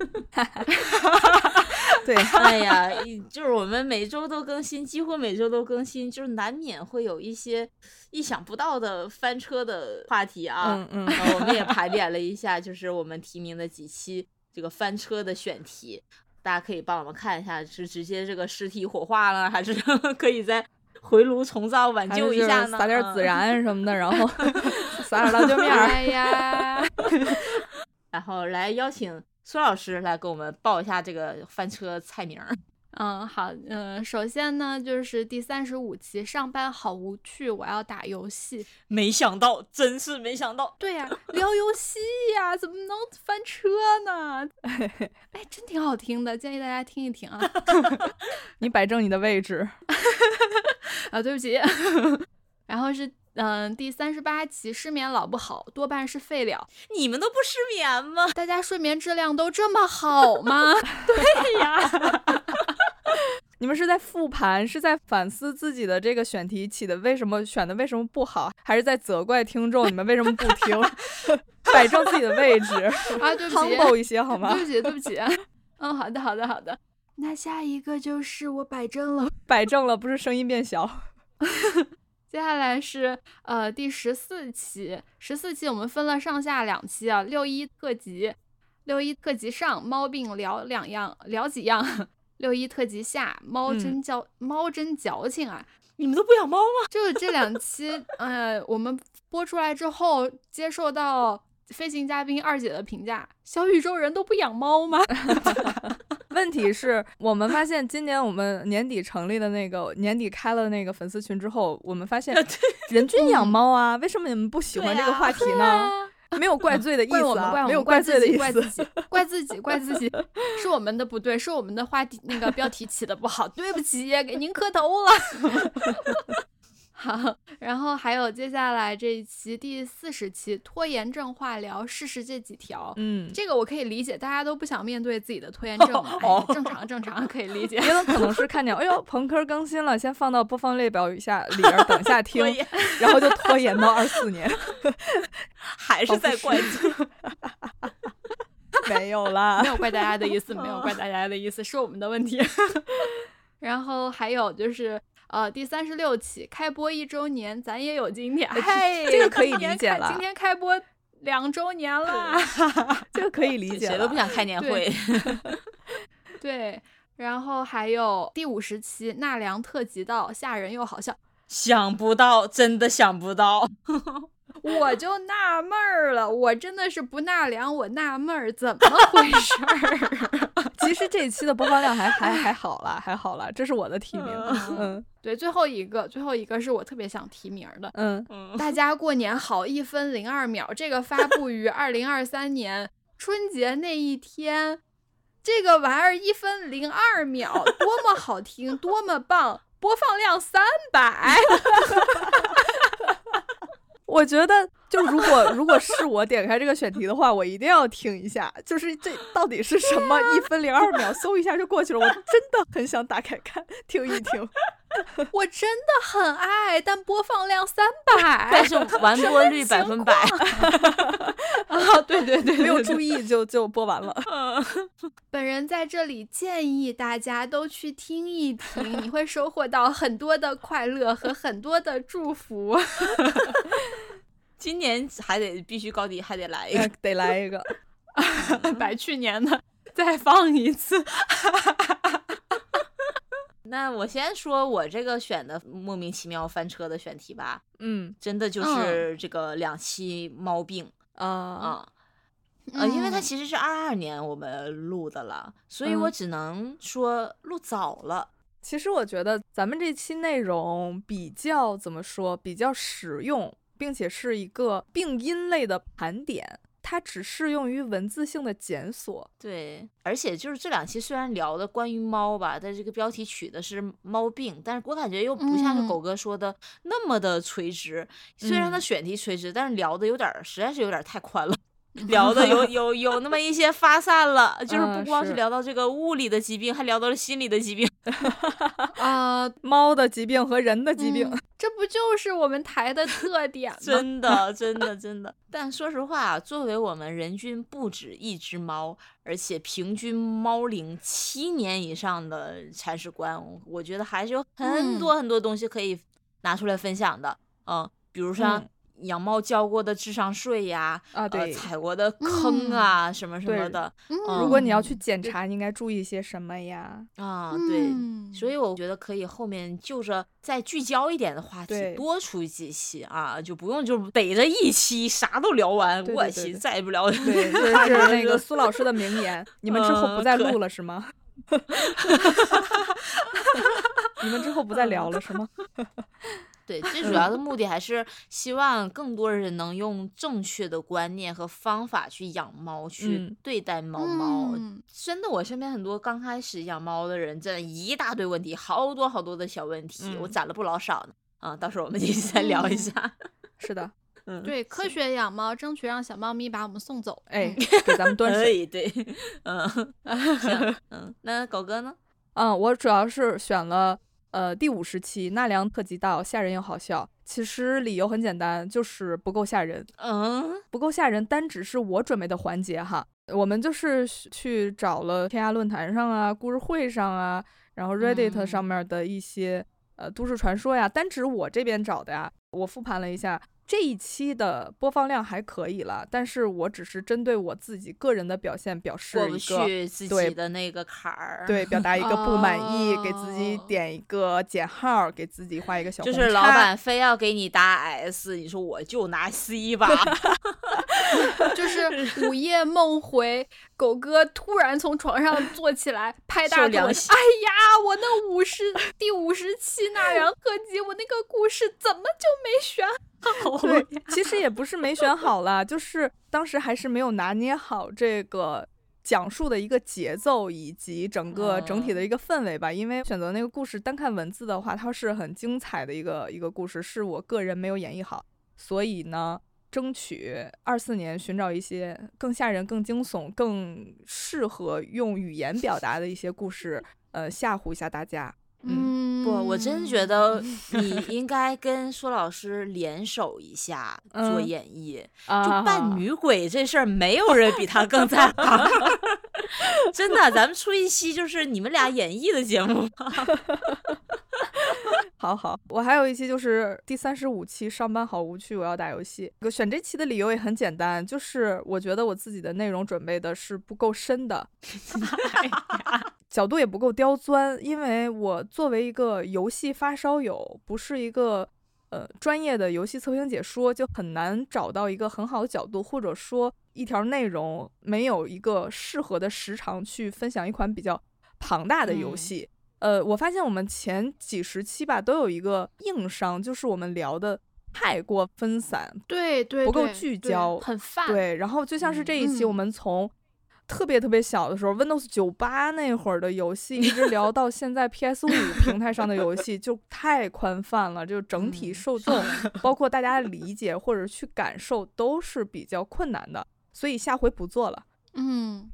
对， 哎呀，就是我们每周都更新，几乎每周都更新，就是难免会有一些意想不到的翻车的话题啊。 嗯嗯， 呃、我们也盘点了一下，就是我们提名的几期这个翻车的选题，大家可以帮我们看一下，是直接这个尸体火化了，还是可以再回炉重造挽救一下呢？ 撒点孜然什么的，嗯、然后撒点辣椒面。 哎呀， 然后来邀请苏老师来给我们报一下这个翻车菜名。 嗯，好，嗯，首先呢，就是第三十五期，上班好无趣，我要打游戏。 没想到，真是没想到。 对呀、啊，聊游戏呀，怎么能翻车呢？哎，真挺好听的，建议大家听一听啊。 你摆正你的位置。 啊，对不起。然后是。嗯，第三十八期失眠老不好，多半是废了。 你们都不失眠吗？ 大家睡眠质量都这么好吗？对呀。 你们是在复盘，是在反思自己的这个选题起的为什么选的为什么不好，还是在责怪听众你们为什么不听？摆正自己的位置啊，对不起 humble 一些好吗？ 对不起对不起。嗯，好的好的好的。那下一个就是我摆正了， 摆正了，不是声音变小。 接下来是呃第十四期，十四期我们分了上下两期啊，六一特辑，六一特辑上猫病聊两样，聊几样，六一特辑下猫真矫、嗯、猫真矫情啊！ 你们都不养猫吗？ 就这两期，呃，我们播出来之后，接受到飞行嘉宾二姐的评价：小宇宙人都不养猫吗？ 问题是我们发现今年我们年底成立的那个年底开了那个粉丝群之后，我们发现人均养猫啊，为什么你们不喜欢这个话题呢？ 啊、 没有怪罪的意思、啊， 怪我们怪我们没有怪罪的意思， 怪自己，怪自己，怪自己，是我们的不对，是我们的话题那个标题起的不好，对不起，给您磕头了。好，然后还有接下来这一期第四十期拖延症化疗，试试这几条。嗯，这个我可以理解，大家都不想面对自己的拖延症嘛，哦哎、正常正常可以理解。 也有可能是看见哎呦朋克更新了，先放到播放列表一下里边等下听，然后就拖延到二四年， 还是在怪罪。 哦、没有啦， 没有怪大家的意思，没有怪大家的意思，是我们的问题。然后还有就是呃，第三十六期开播一周年，咱也有今天， 嘿，这个可以理解了。 今天开播两周年了， 这个可以理解了。 谁都不想开年会。 对，对然后还有第五十期纳凉特辑到，吓人又好笑。 想不到，真的想不到。 我就纳闷儿了，我真的是不纳凉，我纳闷儿怎么回事儿。 其实这一期的播放量还还还好啦，还好啦，这是我的提名。嗯， 对，最后一个，最后一个是我特别想提名的。 嗯， 大家过年好，一分零二秒，这个发布于二零二三年春节那一天，这个玩意儿一分零二秒，多么好听，多么棒，播放量三百。 我觉得，就如果如果是我点开这个选题的话，我一定要听一下，就是这到底是什么？一分零二秒，搜一下就过去了。我真的很想打开看，听一听。 我真的很爱，但播放量三百， 但是完播率百分百。 啊，对对对， 没有注意就就播完了。 本人在这里建议大家都去听一听，你会收获到很多的快乐和很多的祝福。 今年还得必须高低还得来一个， 得来一个， 把去年的再放一次。 那我先说我这个选的莫名其妙翻车的选题吧。 嗯， 真的就是这个两期猫病啊啊、嗯、呃，因为它其实是二二年我们录的了，所以我只能说录早了。 其实我觉得咱们这期内容比较怎么说，比较实用，并且是一个病因类的盘点。它只适用于文字性的检索。 对，而且就是这两期虽然聊的关于猫吧，但这个标题取的是猫病，但是我感觉又不像是狗哥说的那么的垂直、嗯、虽然它选题垂直，但是聊的有点实在是有点太宽了，聊的有有有那么一些发散了，就是不光是聊到这个物理的疾病、嗯、还聊到了心理的疾病。 啊、呃， 猫的疾病和人的疾病、 嗯，这不就是我们台的特点吗？ 真的，真的，真的。但说实话，作为我们人均不止一只猫，而且平均猫龄七年以上的铲屎官，我觉得还是有很多很多东西可以拿出来分享的。嗯，嗯比如说。嗯养猫交过的智商税呀， 啊，对， 呃、踩过的坑啊、嗯，什么什么的。 嗯、如果你要去检查，你应该注意些什么呀？ 啊，对、嗯，所以我觉得可以后面就着再聚焦一点的话题，多出几期啊，就不用就逮着一期啥都聊完。 对对对对我期再也不聊。 对，这是那个苏老师的名言。你们之后不再录了是吗？你们之后不再聊了是吗？ 对，最主要的目的还是希望更多人能用正确的观念和方法去养猫，去对待猫猫、嗯。真的，我身边很多刚开始养猫的人，真的一大堆问题，好多好多的小问题，嗯、我攒了不老少呢。啊，到时候我们一起再聊一下。 嗯、是的， 嗯，对，科学养猫，争取让小猫咪把我们送走。 哎，给咱们端水。 对，嗯，行，嗯，那狗哥呢？ 嗯，我主要是选了。呃，第五十期纳凉特辑到，吓人又好笑。其实理由很简单，就是不够吓人。 嗯， 不够吓人，单只是我准备的环节哈。我们就是去找了天涯论坛上啊、故事会上啊，然后 Reddit 上面的一些、嗯、呃都市传说呀，单指我这边找的呀。我复盘了一下。这一期的播放量还可以了，但是我只是针对我自己个人的表现表示一个过不去自己的那个坎儿， 对，表达一个不满意，哦、给自己点一个减号，给自己画一个小红叉。 就是老板非要给你打 S， 你说我就拿 C 吧。 就是午夜梦回，狗哥突然从床上坐起来，拍大腿，哎呀，我那五十第五十期纳凉特辑，我那个故事怎么就没选好？ 对，其实也不是没选好啦，就是当时还是没有拿捏好这个讲述的一个节奏以及整个整体的一个氛围吧。因为选择那个故事单看文字的话，它是很精彩的一个一个故事，是我个人没有演绎好，所以呢，争取二四年寻找一些更吓人、更惊悚、更适合用语言表达的一些故事，呃，吓唬一下大家。 嗯，不，我真觉得你应该跟苏老师联手一下做演绎，嗯、就扮女鬼这事儿，没有人比他更在行。真的，咱们出一期就是你们俩演绎的节目吧。 好好，我还有一期就是第三十五期，上班好无趣，我要打游戏。选这期的理由也很简单，就是我觉得我自己的内容准备的是不够深的。 角度也不够刁钻，因为我作为一个游戏发烧友，不是一个呃专业的游戏测评解说，就很难找到一个很好的角度，或者说一条内容没有一个适合的时长去分享一款比较庞大的游戏。嗯、呃，我发现我们前几十期吧都有一个硬伤，就是我们聊的太过分散， 对对， 不够聚焦， 很泛。 对，然后就像是这一期， 嗯、 我们从特别特别小的时候 Windows 九十八那会儿的游戏一直聊到现在 P S 五 平台上的游戏，就太宽泛了，就整体受众、嗯、包括大家理解或者去感受都是比较困难的，所以下回不做了。 嗯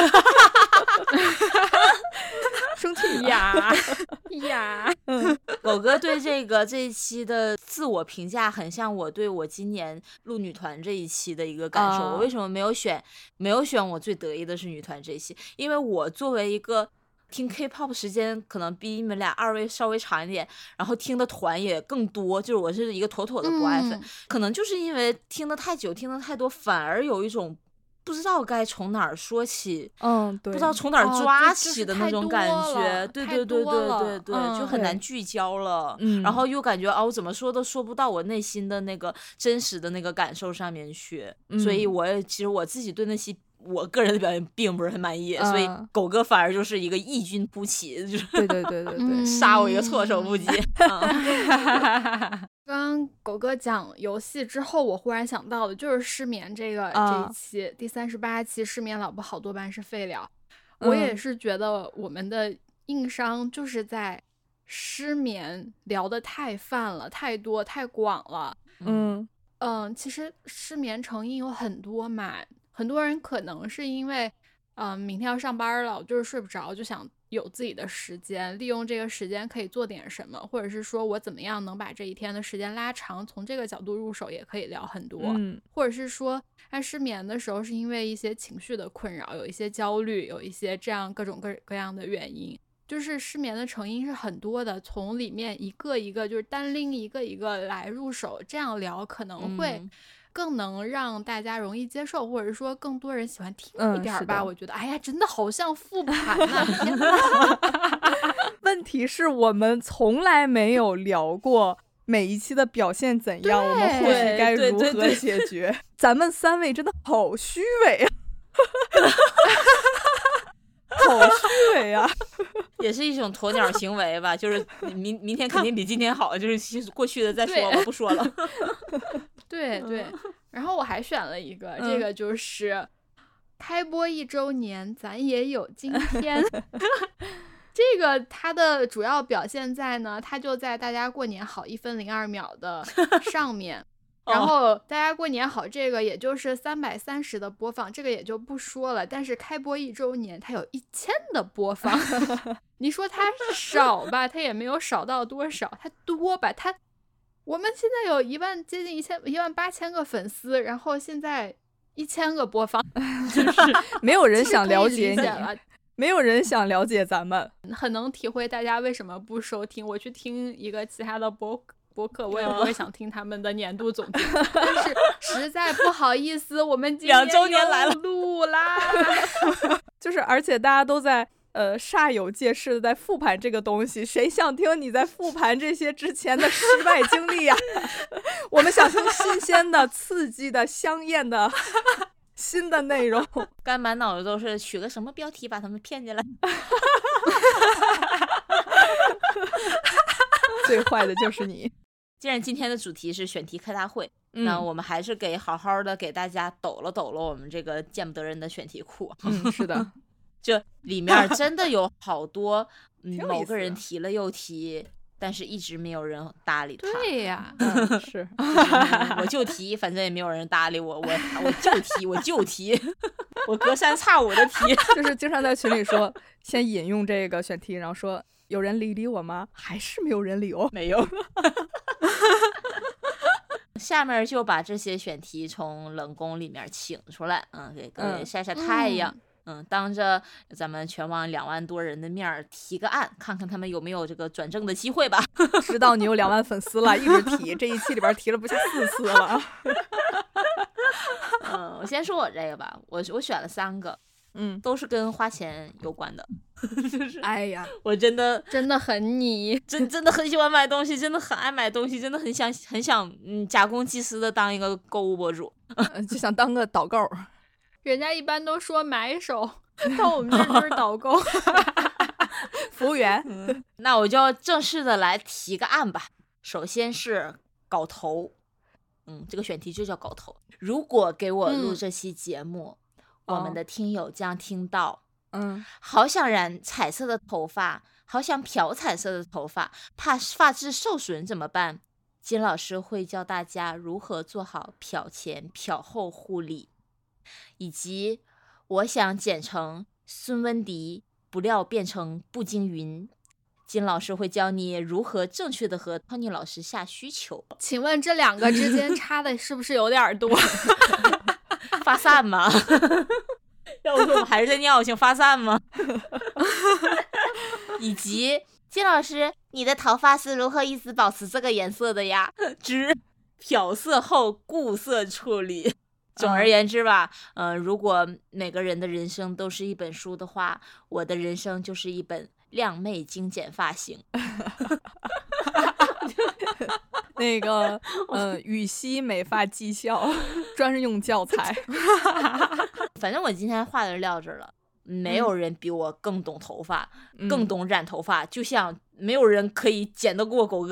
生气呀呀！ 嗯，狗哥对这个这一期的自我评价很像我对我今年录女团这一期的一个感受。Uh, 我为什么没有选没有选我最得意的是女团这一期？因为我作为一个听 K-pop 时间可能比你们俩二位稍微长一点，然后听的团也更多，就是我是一个妥妥的不爱粉、嗯，可能就是因为听得太久，听得太多，反而有一种不知道该从哪儿说起， 嗯，对， 不知道从哪儿抓起的那种感觉， 哦对对对对对对， 嗯、 就很难聚焦了。 嗯， 然后又感觉哦，我怎么说都说不到我内心的那个真实的那个感受上面去， 嗯、 所以我也其实我自己对那期我个人的表现并不是很满意， 嗯、 所以狗哥反而就是一个异军突起，就是对对对对对， 杀我一个措手不及。 嗯刚狗哥讲游戏之后，我忽然想到的就是失眠这个、啊、这一期第三十八期失眠老婆好多班是废料、嗯、我也是觉得我们的硬伤就是在失眠聊得太泛了，太多太广了。 嗯嗯，其实失眠成因有很多嘛，很多人可能是因为嗯明天要上班了，我就是睡不着，就想有自己的时间，利用这个时间可以做点什么，或者是说我怎么样能把这一天的时间拉长，从这个角度入手也可以聊很多、 嗯、 或者是说他失眠的时候是因为一些情绪的困扰，有一些焦虑，有一些这样各种各各样的原因，就是失眠的成因是很多的，从里面一个一个就是单拎一个一个来入手，这样聊可能会更能让大家容易接受，或者说更多人喜欢听一点吧、嗯、我觉得哎呀真的好像复盘呐、啊、 问题是我们从来没有聊过每一期的表现怎样，我们后续该如何解决。咱们三位真的好虚伪啊好虚伪啊也是一种鸵鸟行为吧，就是明明天肯定比今天好，就是过去的再说吧，不说了。 对对，然后我还选了一个、嗯、这个就是开播一周年咱也有今天这个它的主要表现在呢，它就在大家过年好一分零二秒的上面然后大家过年好这个也就是三百三十的播放，这个也就不说了，但是开播一周年它有一千的播放你说它少吧，它也没有少到多少，它多吧，它我们现在有一万接近一千一万八千个粉丝，然后现在一千个播放就是没有人想了解你，没有人想了解咱们， 很能体会大家为什么不收听。我去听一个其他的播播客，我也不会想听他们的年度总结但是实在不好意思，我们今两周年来了录啦就是而且大家都在呃，煞有介事的在复盘这个东西，谁想听你在复盘这些之前的失败经历呀、啊？我们想听新鲜的、刺激的、香艳的新的内容。 干满脑子都是取个什么标题把他们骗进来。 最坏的就是你。 既然今天的主题是选题开大会、 嗯、 那我们还是给好好的给大家抖了抖了我们这个见不得人的选题库。 嗯，是的。 就里面真的有好多、嗯、某个人提了又提，但是一直没有人搭理他。 对呀、 嗯、是我就提，反正也没有人搭理我，我我就提，我就提，我隔三差五的提， 就是经常在群里说，先引用这个选题，然后说有人理理我吗？还是没有人理我， 没有。下面就把这些选题从冷宫里面请出来，嗯，给各位晒晒太阳。嗯嗯，当着咱们全网两万多人的面提个案，看看他们有没有这个转正的机会吧。 知道你有两万粉丝了，一直提，这一期里边提了不下四次了。 嗯，我先说我这个吧，我我选了三个。 嗯， 都是跟花钱有关的。就是哎呀， 我真的真的很你， 真真的很喜欢买东西，真的很爱买东西，真的很想很想嗯假公济私的当一个购物博主， 呃就想当个导购。 人家一般都说买手，到我们这儿就是导购。 服务员。 嗯、那我就正式的来提个案吧。首先是搞头，嗯，这个选题就叫搞头。如果给我录这期节目， 嗯、 我们的听友将听到， 嗯， 好想染彩色的头发，好想漂彩色的头发，怕发质受损怎么办？金老师会教大家如何做好漂前漂后护理，以及我想剪成孙温迪，不料变成步惊云。金老师会教你如何正确的和 Tony 老师下需求。 请问这两个之间差的是不是有点多？ 发散吗？要不说我们还是在尿性发散吗？以及金老师，你的头发是如何一直保持这个颜色的呀？之漂色后固色处理。总而言之吧，嗯、呃，如果每个人的人生都是一本书的话，我的人生就是一本靓妹精简发型。 那个呃，羽西美发技校专用教材。 反正我今天话就撂这儿了，没有人比我更懂头发，嗯、更懂染头发，就像没有人可以剪得过狗哥。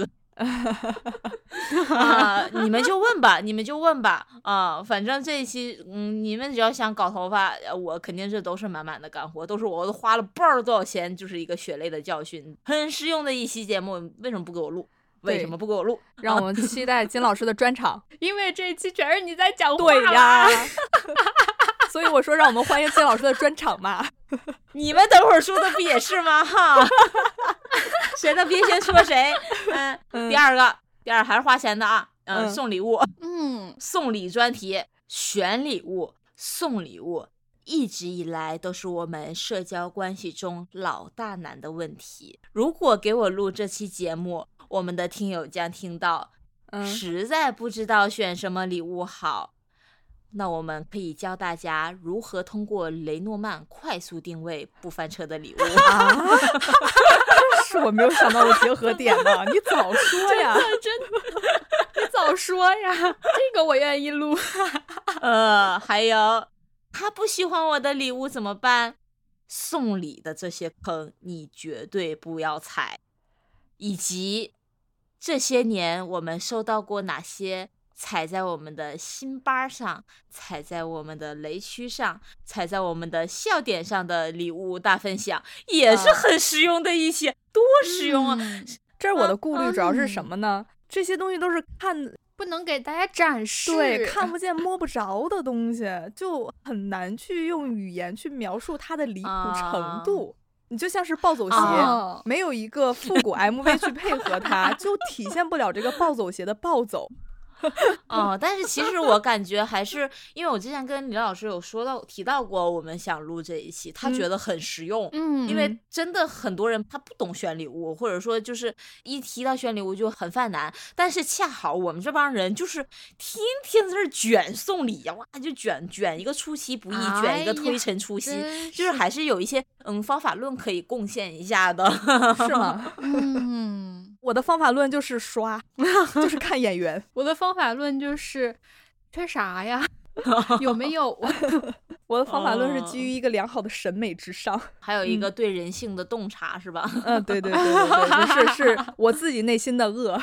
啊，你们就问吧，你们就问吧啊！反正这一期，嗯，你们只要想搞头发，我肯定是都是满满的干货，都是我都花了不知道多少钱，就是一个血泪的教训，很实用的一期节目。为什么不给我录？为什么不给我录？ 让我们期待金老师的专场， 因为这一期全是你在讲话。 对呀，所以我说让我们欢迎金老师的专场嘛。 你们等会儿说的不也是吗？哈。谁的别先说谁，嗯，嗯第二个，第二还是花钱的啊，嗯，嗯送礼物， 嗯， 送礼专题，选礼物，送礼物，一直以来都是我们社交关系中老大难的问题。如果给我录这期节目，我们的听友将听到， 嗯， 实在不知道选什么礼物好。那我们可以教大家如何通过雷诺曼快速定位不翻车的礼物啊！这是我没有想到的结合点呢，你早说呀！ 真的，真的，你早说呀！这个我愿意录。 呃，还有，他不喜欢我的礼物怎么办？送礼的这些坑你绝对不要踩，以及这些年我们收到过哪些踩在我们的心巴上，踩在我们的雷区上，踩在我们的笑点上的礼物大分享，也是很实用的一些，啊、多实用啊！ 嗯、 这是我的顾虑主要是什么呢？嗯、这些东西都是看不能给大家展示， 对，看不见摸不着的东西，就很难去用语言去描述它的离谱程度。啊你就像是暴走鞋， 哦、 没有一个复古 M V 去配合它，就体现不了这个暴走鞋的暴走。 哦，但是其实我感觉还是因为我之前跟李老师有说到提到过，我们想录这一期，他觉得很实用， 嗯， 因为真的很多人他不懂选礼物，或者说就是一提到选礼物就很犯难，但是恰好我们这帮人就是天天在这卷送礼呀，哇，就卷卷一个出其不意， 哎、 卷一个推陈出新，就是还是有一些嗯方法论可以贡献一下的， 是吗？ 嗯， 我的方法论就是刷，就是看眼缘。 我的方法论就是缺啥呀？有没有？ 我的方法论是基于一个良好的审美之上， 还有一个对人性的洞察，嗯、是吧？ 嗯，对对对对对，不是，是我自己内心的恶。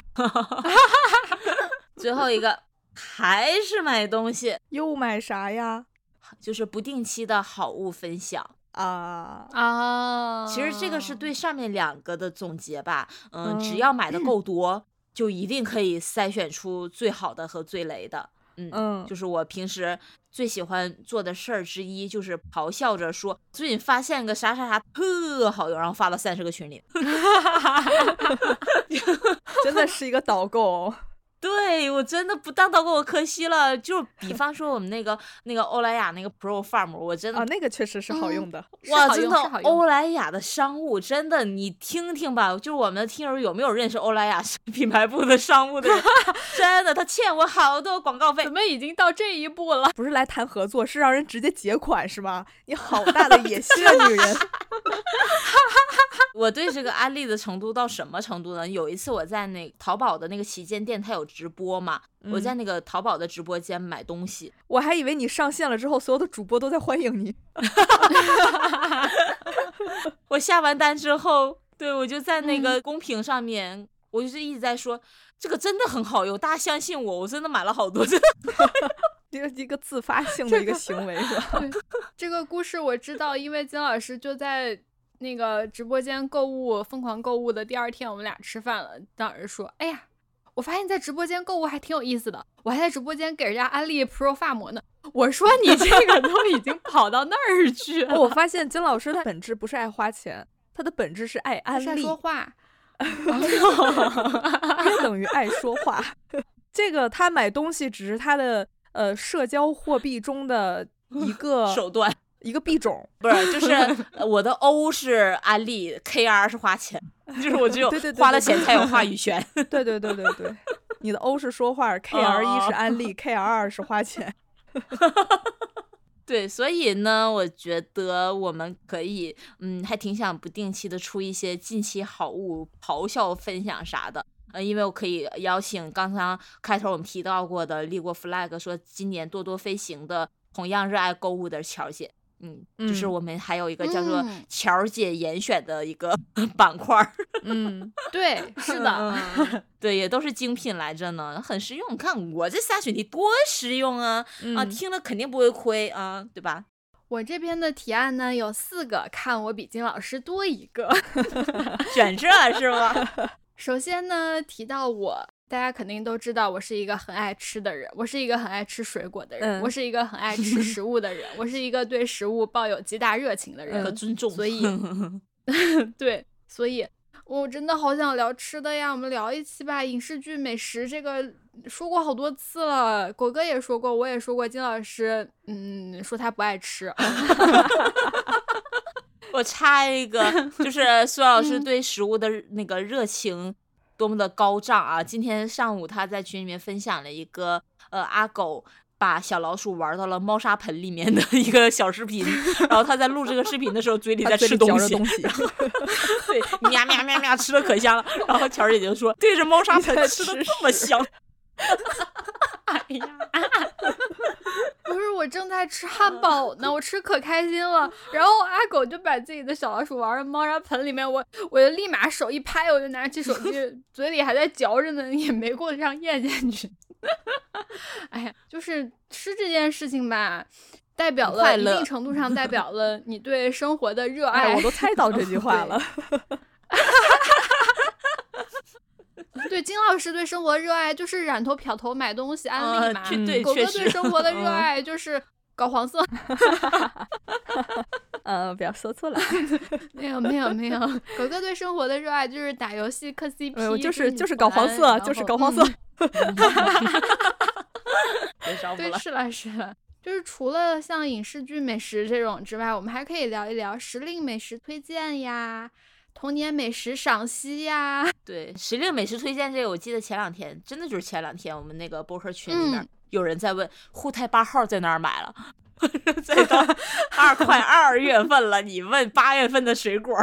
最后一个还是买东西， 又买啥呀？ 就是不定期的好物分享。 啊啊！ 其实这个是对上面两个的总结吧，嗯，嗯只要买的够多，嗯、就一定可以筛选出最好的和最雷的。嗯嗯， 就是我平时最喜欢做的事儿之一，就是咆哮着说最近发现个啥啥啥特好用，然后发到三十个群里。 真的是一个导购。 对，我真的不当到过我可惜了。就比方说我们那个那个欧莱雅那个 Pro Farm， 我真的啊，那个确实是好用的。 嗯、 哇，真的欧莱雅的商务真的，你听听吧，就是我们的听友有没有认识欧莱雅品牌部的商务的人？真的，他欠我好多广告费。 怎么已经到这一步了？ 不是来谈合作，是让人直接结款是吗？你好大的野心啊，女人！ 我对这个安利的程度到什么程度呢？有一次我在那淘宝的那个旗舰店，它有直播嘛，嗯、我在那个淘宝的直播间买东西， 我还以为你上线了之后，所有的主播都在欢迎你。 我下完单之后，对我就在那个公屏上面，嗯、我就是一直在说这个真的很好用，大家相信我，我真的买了好多，真的。 这个一个自发性的一个行为是吧？ 对，这个故事我知道，因为金老师就在那个直播间购物疯狂购物的第二天，我们俩吃饭了。当时说，哎呀，我发现在直播间购物还挺有意思的，我还在直播间给人家安利 Pro Farm 呢。我说你这个都已经跑到那儿去了。 我发现金老师他本质不是爱花钱，他的本质是爱安利， 爱说话， 约等于爱说话。这个他买东西只是他的呃社交货币中的一个手段。 一个币种， 不是，就是我的 O 是安利 ，K R 是花钱，就是我只有花了钱才有话语权。 对对对对对，你的 O 是说话 ，K R 一是安利、哦、，K R 二是花钱。 对，所以呢，我觉得我们可以，嗯，还挺想不定期的出一些近期好物咆哮分享啥的。呃，因为我可以邀请刚刚开头我们提到过的立过 flag 说今年多多飞行的同样热爱购物的乔姐。嗯，就是我们还有一个叫做乔姐严选的一个板块。 嗯，对，是的， 嗯、对，也都是精品来着呢，很实用。你看我这仨选题多实用啊！嗯、啊，听了肯定不会亏啊，对吧？ 我这边的提案呢有四个，看我比金老师多一个， 选这是吗？ 首先呢，提到我。大家肯定都知道我是一个很爱吃的人，我是一个很爱吃水果的人、嗯、我是一个很爱吃食物的人我是一个对食物抱有极大热情的人和尊重， 所以对，所以我真的好想聊吃的呀，我们聊一期吧。影视剧美食这个说过好多次了，狗哥也说过，我也说过，金老师嗯说他不爱吃。 我插一个，就是苏老师对食物的那个热情多么的高涨啊！今天上午他在群里面分享了一个呃阿狗把小老鼠玩到了猫砂盆里面的一个小视频，然后他在录这个视频的时候嘴里在吃东西， 东西对，喵喵喵喵吃的可香了。然后乔姐就说对着猫砂盆吃的这么香。 哎呀，不是，我正在吃汉堡呢，我吃可开心了，然后阿狗就把自己的小老鼠玩到猫砂盆里面，我我就立马手一拍，我就拿起手机，嘴里还在嚼着呢，也没过让咽进去。哎呀，就是吃这件事情吧，代表了一定程度上代表了你对生活的热爱。 哎、我都猜到这句话了。 对，金老师对生活的热爱就是染头漂头买东西安利嘛、 嗯、对， 狗哥对生活的热爱就是搞黄色。 呃，不要说错了。 没有没有没有，狗哥对生活的热爱就是打游戏磕 C P、 呃、就是就是搞黄色，就是搞黄色。 别找我了。 对，是了是了。就是除了像影视剧美食这种之外，我们还可以聊一聊时令美食推荐呀，童年美食赏析呀。 对，时令美食推荐这个，我记得前两天，真的就是前两天，我们那个播客群里面、嗯、有人在问沪太八号在哪儿买了。再到二快二月份了，你问八月份的水果。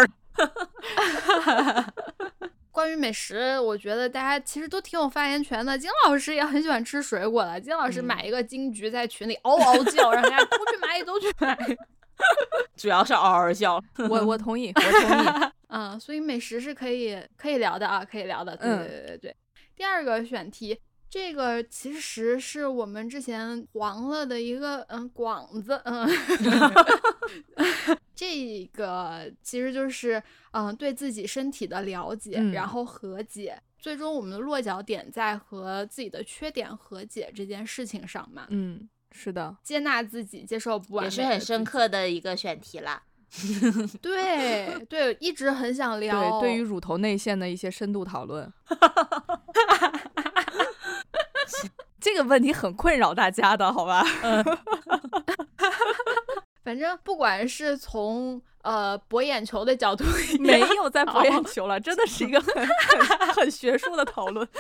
关于美食，我觉得大家其实都挺有发言权的。金老师也很喜欢吃水果的，金老师买一个金桔在群里嗷嗷叫，让大家都去买，都去买。 主要是嗷嗷叫。 我我同意，我同意。 嗯，所以美食是可以可以聊的啊，可以聊的。对对对对对。嗯、第二个选题，这个其实是我们之前黄了的一个嗯广子，嗯。这个其实就是嗯对自己身体的了解、嗯、然后和解，最终我们的落脚点在和自己的缺点和解这件事情上嘛。 嗯，是的， 接纳自己，接受不完美， 也是很深刻的一个选题啦。 对对，一直很想聊对对于乳头内陷的一些深度讨论。 这个问题很困扰大家的，好吧？ 嗯， 反正不管是从呃博眼球的角度， 没有在博眼球了，真的是一个很很很学术的讨论。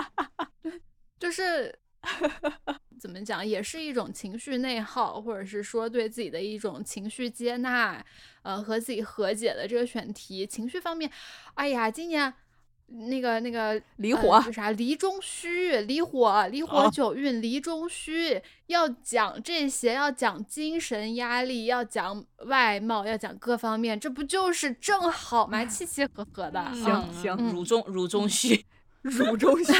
就是怎么讲，也是一种情绪内耗，或者是说对自己的一种情绪接纳，呃，和自己和解的这个选题。情绪方面，哎呀，今年那个那个离火、 呃、啥离中虚，离火离火九运，离中虚，要讲这些，要讲精神压力，要讲外貌，要讲各方面，这不就是正好吗？契契合合的。 行嗯行， 嗯乳中乳中虚， 乳中虚，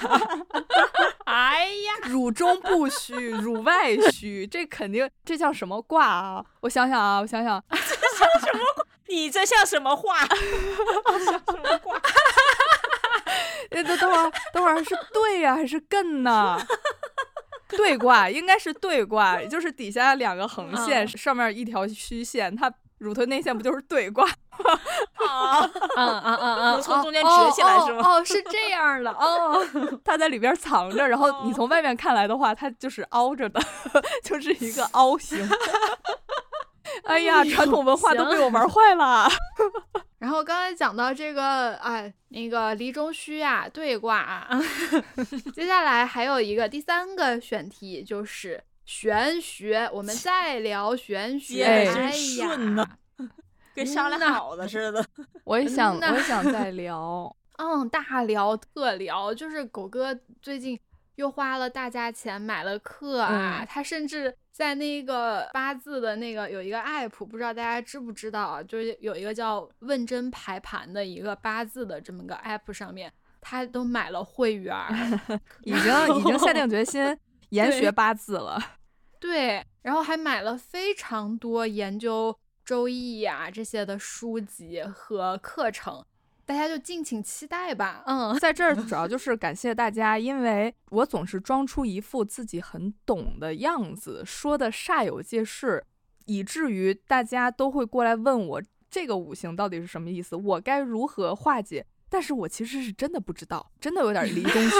哎呀， 乳中不虚，乳外虚，这肯定这叫什么卦啊？我想想啊，我想想， 这像什么话？你这像什么话？像什么话？ 等等会儿，等会儿是对呀、啊、还是艮呢？对卦应该是对卦，也就是底下两个横线，嗯、上面一条虚线，它乳头内线不就是对卦？ 啊啊啊啊啊！从中间折起来是吗？ 哦，哦是这样的哦， 它在里边藏着，然后你从外面看来的话，它就是凹着的，就是一个凹形。哎呀，传统文化都被我玩坏了。 然后刚才讲到这个，哎，那个离中虚啊，对卦啊。接下来还有一个第三个选题就是玄学，我们再聊玄学。 哎呀， 跟商量好的似的。 我也想，我也想再聊。 嗯，大聊特聊，就是狗哥最近又花了大价钱买了课啊，嗯、他甚至在那个八字的那个有一个 app， 不知道大家知不知道啊？就是有一个叫问针排盘的一个八字的这么个 app 上面，他都买了会员， 已经已经下定决心研学八字了。 对，然后还买了非常多研究周易呀、啊、这些的书籍和课程。大家就敬请期待吧。嗯， 在这儿主要就是感谢大家，因为我总是装出一副自己很懂的样子，说的煞有介事，以至于大家都会过来问我这个五行到底是什么意思，我该如何化解。但是我其实是真的不知道，真的有点离中虚。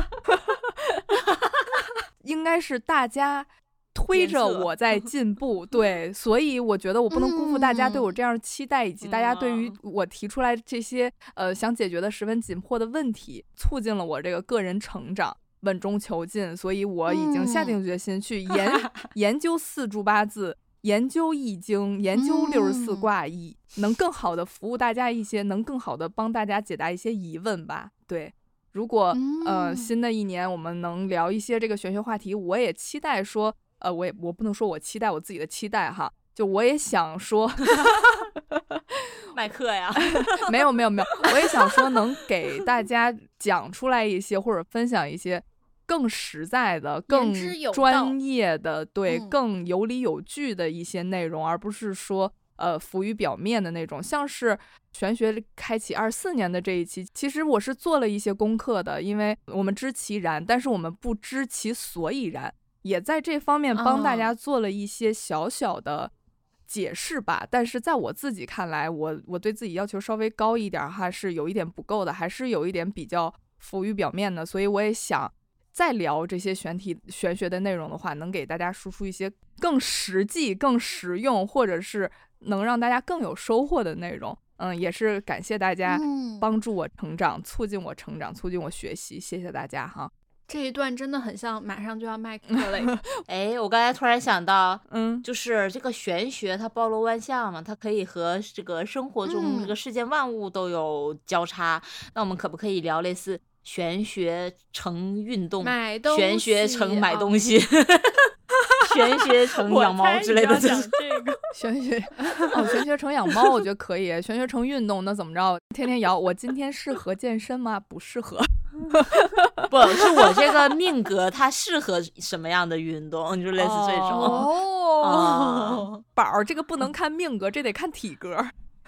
应该是大家推着我在进步，对，所以我觉得我不能辜负大家对我这样的期待，嗯、以及大家对于我提出来这些呃想解决的十分紧迫的问题，促进了我这个个人成长，稳中求进。所以我已经下定决心去研、嗯、研究四柱八字，研究易经，研究六十四卦意，嗯、能更好的服务大家一些，能更好的帮大家解答一些疑问吧。对。如果呃新的一年我们能聊一些这个玄学话题，我也期待说。呃，我也我不能说我期待我自己的期待哈，就我也想说卖课呀， 没有没有没有，我也想说能给大家讲出来一些或者分享一些更实在的、更专业的，对、嗯，更有理有据的一些内容，而不是说呃浮于表面的那种。像是玄学开启二四年的这一期，其实我是做了一些功课的，因为我们知其然，但是我们不知其所以然。也在这方面帮大家做了一些小小的解释吧，哦、但是在我自己看来，我我对自己要求稍微高一点，还是有一点不够的，还是有一点比较浮于表面的，所以我也想再聊这些玄体玄学的内容的话，能给大家输出一些更实际、更实用，或者是能让大家更有收获的内容。嗯，也是感谢大家帮助我成长，嗯、促进我成长，促进我学习，谢谢大家哈。 这一段真的很像马上就要卖课了。 哎，我刚才突然想到， 嗯， 就是这个玄学它包罗万象嘛，它可以和这个生活中这个世间万物都有交叉。嗯、那我们可不可以聊类似玄学成运动、 买东西玄学成买东西、哦、玄学成养猫之类的？ 这个玄学哦，玄学成养猫，我觉得可以。玄学成运动，那怎么着？天天摇。我今天适合健身吗？不适合。 不是我这个命格，它适合什么样的运动？就类似这种。 哦，宝儿，这个不能看命格，这得看体格。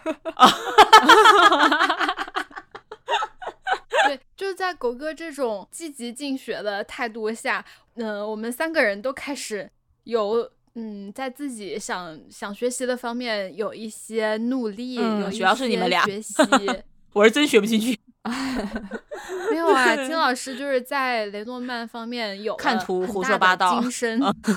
对，就是在狗哥这种积极进学的态度下，嗯、呃，我们三个人都开始有嗯，在自己想想学习的方面有一些努力， 嗯、 有一些主要是你们俩学习。 我是真学不进去。 没有啊，金老师就是在雷诺曼方面有看图胡说八八道精深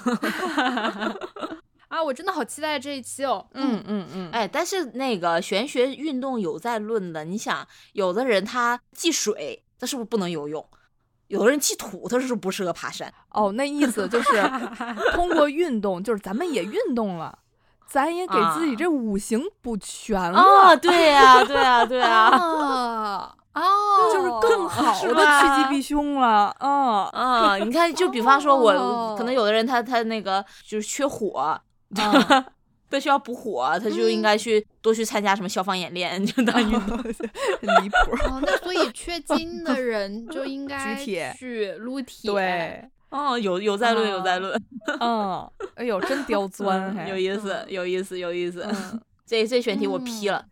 啊，我真的好期待这一期哦。 嗯嗯嗯， 哎，但是那个玄学运动有在论的，你想，有的人他忌水，他是不是不能游泳？有的人忌土，他是不是不适合爬山？ 哦，那意思就是通过运动，就是咱们也运动了，咱也给自己这五行补全了。 哦，对呀、啊，对呀、啊，对呀、啊。 哦哦， 就是更好的趋吉避凶了。嗯啊、嗯，你看，就比方说我， 哦、 可能有的人他他那个就是缺火。 嗯他需要补火，他就应该去、嗯、多去参加什么消防演练，就当运动。 离谱。 哦，那所以缺金的人就应该去撸铁。 对， 哦，有有在论，有在论。 嗯，哎呦，真刁钻， 嗯、有意思，有意思，有意思。 嗯、 这这选题我批了。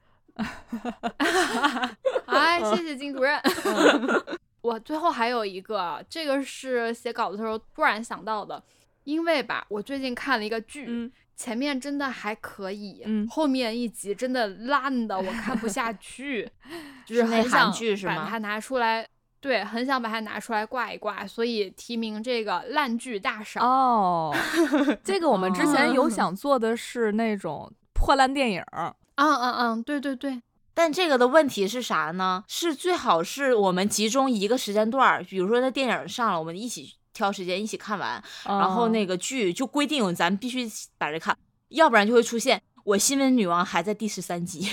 哎，谢谢金主任。嗯、我最后还有一个，这个是写稿子的时候突然想到的，因为吧，我最近看了一个剧。 嗯， 前面真的还可以， 嗯， 后面一集真的烂的我看不下去，就是很想把它拿出来，对，很想把它拿出来挂一挂，所以提名这个烂剧大赏。 哦，这个我们之前有想做的是那种破烂电影。 嗯嗯嗯，对对对。 但这个的问题是啥呢？是最好是我们集中一个时间段，比如说那电影上了，我们一起挑时间一起看完， 哦、 然后那个剧就规定咱必须把这看，要不然就会出现我新闻女王还在第十三集。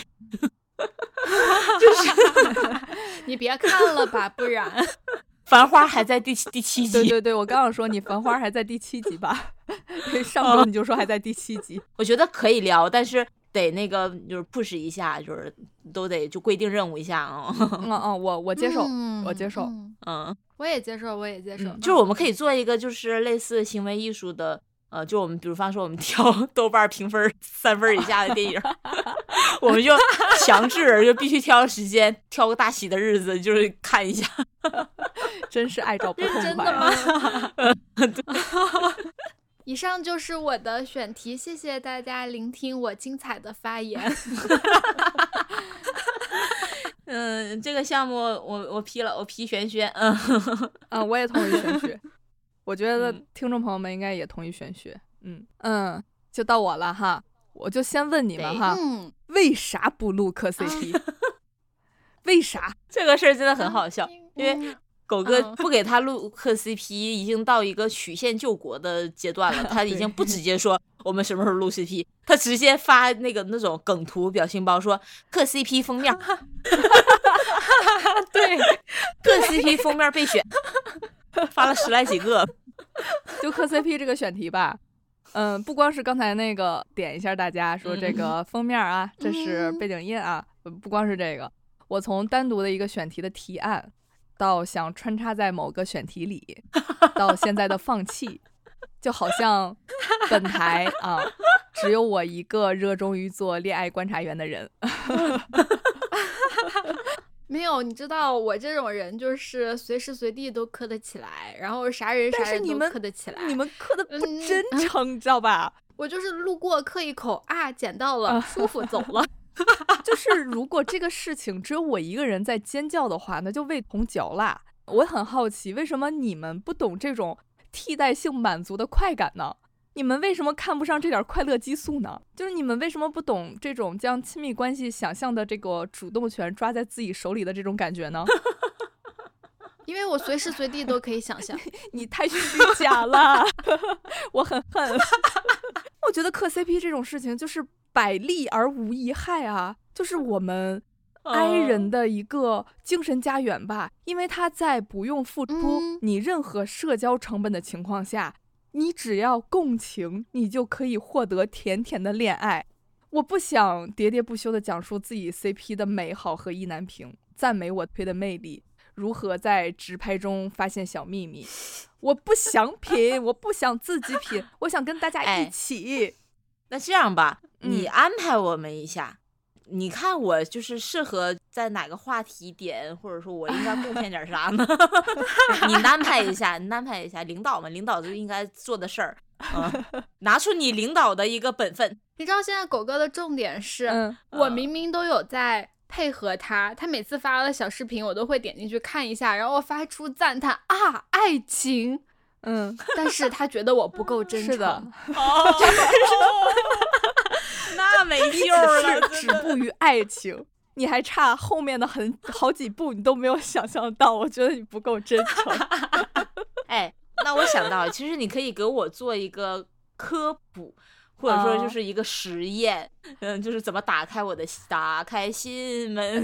就是你别看了吧，不然繁花还在第第七集。 对对对，我刚想说你繁花还在第七集吧。上周你就说还在第七集。 我觉得可以聊，但是得那个就是 push 一下，就是都得就规定任务一下啊。 嗯嗯，我我接受、 嗯， 我接受。 嗯， 我也接受，我也接受。 嗯、就是我们可以做一个就是类似行为艺术的，呃，就我们比如方说我们挑豆瓣评分三分以下的电影，我们就强制就必须挑时间，挑个大喜的日子，就是看一下。 真是爱找不痛快。 真的吗？以上就是我的选题，谢谢大家聆听我精彩的发言。 嗯，这个项目我我批了，我批玄学。嗯嗯，我也同意玄学。我觉得听众朋友们应该也同意玄学。嗯嗯，就到我了哈，我就先问你们哈， 嗯、 为啥不录磕 C P？ 为啥？ 这个事儿真的很好笑，因为。 嗯狗哥不给他录磕 C P 已经到一个曲线救国的阶段了，他已经不直接说我们什么时候录 C P， 他直接发那个那种梗图表情包说磕 C P 封面。 对， 磕 C P 封面备选，发了十来几个。 就磕 C P 这个选题吧，嗯，不光是刚才那个点一下大家说这个封面啊，这是背景音啊，不光是这个，我从单独的一个选题的提案到想穿插在某个选题里，到现在的放弃，就好像本台啊，只有我一个热衷于做恋爱观察员的人。 没有，你知道我这种人就是随时随地都磕得起来，然后啥人啥人都磕得起来。 你们磕的不真诚，嗯、你知道吧？ 我就是路过磕一口啊，捡到了，舒服走了。 就是如果这个事情只有我一个人在尖叫的话，那就味同嚼蜡。我很好奇，为什么你们不懂这种替代性满足的快感呢？你们为什么看不上这点快乐激素呢？就是你们为什么不懂这种将亲密关系想象的这个主动权抓在自己手里的这种感觉呢？ 因为我随时随地都可以想象。 你太虚假了。我很恨。我觉得磕 C P 这种事情就是百利而无一害啊，就是我们爱人的一个精神家园吧，因为他在不用付出你任何社交成本的情况下，你只要共情，你就可以获得甜甜的恋爱。我不想喋喋不休地讲述自己 C P 的美好和意难平，赞美我推的魅力，如何在直拍中发现小秘密。我不想品，我不想自己品，我想跟大家一起。 哎、那这样吧， 嗯、 你安排我们一下。你看我就是适合在哪个话题点，或者说我应该贡献点啥呢？你安排一下，你安排一下，领导嘛，领导就应该做的事儿，嗯，拿出你领导的一个本分。 你知道现在狗哥的重点是， 嗯、 我明明都有在配合他，他每次发了小视频我都会点进去看一下，然后我发出赞叹啊爱情， 嗯， 但是他觉得我不够真诚。 是的， 哦，那没救了， 止步于爱情，你还差后面的很好几步，你都没有想象到，我觉得你不够真诚。 哎，那我想到，其实你可以给我做一个科普，或者说就是一个实验，嗯、uh. ，就是怎么打开我的打开心门，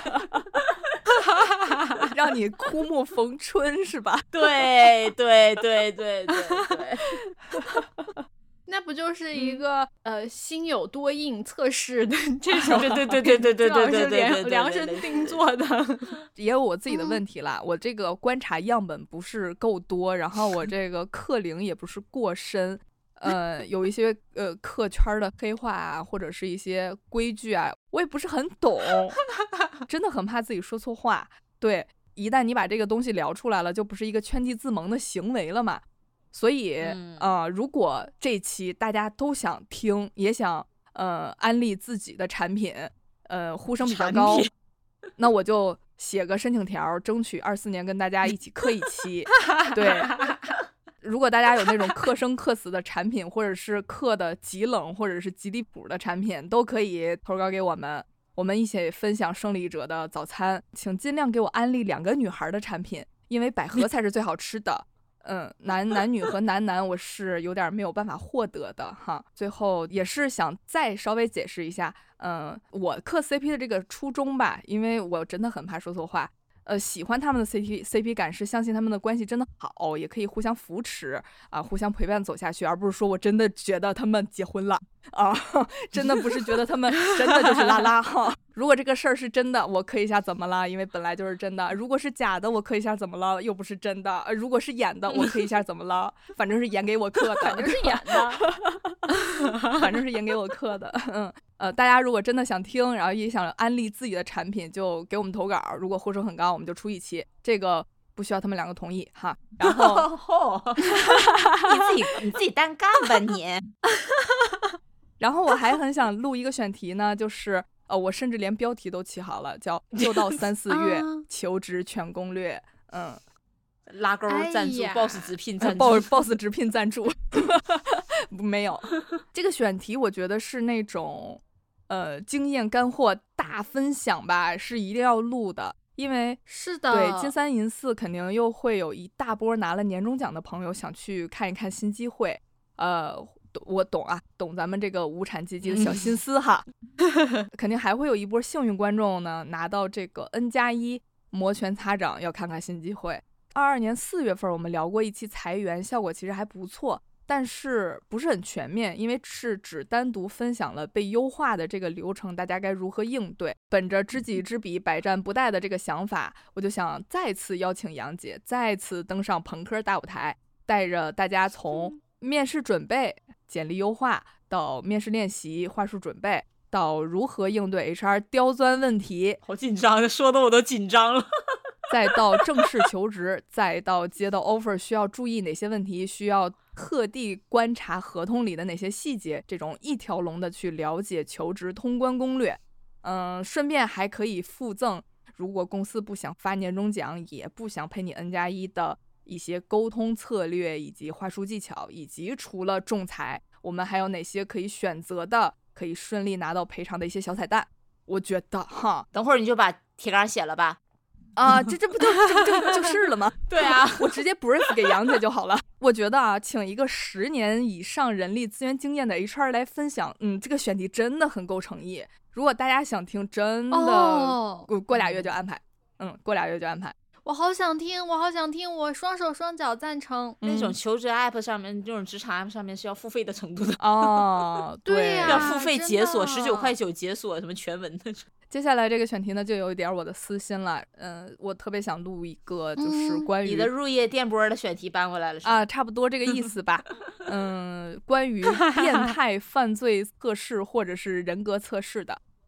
让你枯木逢春是吧？ 对对对对对对。 那不就是一个、嗯、呃心有多硬测试的这种， 对对对对对对对对对， 量身定做的。 也有我自己的问题啦，嗯、我这个观察样本不是够多，然后我这个课龄也不是过深，呃，有一些呃课圈的黑话啊，或者是一些规矩啊，我也不是很懂，真的很怕自己说错话。对，一旦你把这个东西聊出来了，就不是一个圈地自萌的行为了嘛。所以，嗯、呃，如果这期大家都想听，也想呃安利自己的产品，呃呼声比较高，那我就写个申请条，争取二四年跟大家一起课一期。对，如果大家有那种克生克死的产品，或者是克的极冷或者是极离谱的产品，都可以投稿给我们，我们一起分享胜利者的早餐。请尽量给我安利两个女孩的产品，因为百合才是最好吃的。嗯，男男女和男男我是有点没有办法获得的哈。最后也是想再稍微解释一下，嗯，我磕 C P 的这个初衷吧，因为我真的很怕说错话。呃，喜欢他们的 C P C P 感是相信他们的关系真的好，也可以互相扶持啊，互相陪伴走下去，而不是说我真的觉得他们结婚了啊，真的不是觉得他们真的就是拉拉哈。如果这个事儿是真的，我磕一下怎么了？因为本来就是真的。如果是假的，我磕一下怎么了？又不是真的。呃、如果是演的，我磕一下怎么了？反正是演给我磕的， 反正是演的， 反正是演给我磕的。嗯。呃，大家如果真的想听，然后也想安利自己的产品，就给我们投稿。如果呼声很高，我们就出一期。这个不需要他们两个同意哈。然后你自己你自己单干吧你。 然后我还很想录一个选题呢，就是呃，我甚至连标题都起好了，叫“就到三四月求职全攻略”。嗯， 拉钩赞助、哎、，boss 直聘赞助、 呃、，boss 直聘赞助。没有，这个选题我觉得是那种。呃，经验干货大分享吧，是一定要录的，因为是的， 对金三银四肯定又会有一大波拿了年终奖的朋友想去看一看新机会。呃，我懂啊，懂咱们这个无产阶级的小心思哈。肯定还会有一波幸运观众呢，拿到这个 N 加一摩拳擦掌，要看看新机会。二二年四月份我们聊过一期裁员，效果其实还不错。但是不是很全面，因为是只单独分享了被优化的这个流程，大家该如何应对。本着知己知彼，百战不殆的这个想法，我就想再次邀请杨姐再次登上朋克大舞台，带着大家从面试准备、简历优化到面试练习、话术准备，到如何应对 H R 刁钻问题。 好紧张，说的我都紧张了。 再到正式求职，再到接到 offer 需要注意哪些问题，需要特地观察合同里的哪些细节，这种一条龙的去了解求职通关攻略。嗯，顺便还可以附赠，如果公司不想发年终奖，也不想赔你 N 加一的一些沟通策略以及话术技巧，以及除了仲裁，我们还有哪些可以选择的，可以顺利拿到赔偿的一些小彩蛋。我觉得哈， 等会儿你就把铁杆写了吧。 啊，这这不就这不就就是了吗？ 对啊， 我直接 brief 给杨姐就好了。我觉得啊，请一个十年以上人力资源经验的 H R 来分享，嗯，这个选题真的很够诚意。如果大家想听，真的、哦、过, 过俩月就安排，嗯，过俩月就安排。 我好想听，我好想听，我双手双脚赞成。 那种求职 app 上面，这种职场 app 上面是要付费的程度的哦， 对呀、啊， 要付费解锁，十九块九解锁什么全文的。 接下来这个选题呢，就有一点我的私心了，嗯、呃，我特别想录一个，就是关于、 嗯、你的入夜电波的选题搬过来了是吧？ 啊，差不多这个意思吧。嗯，关于变态犯罪测试或者是人格测试的。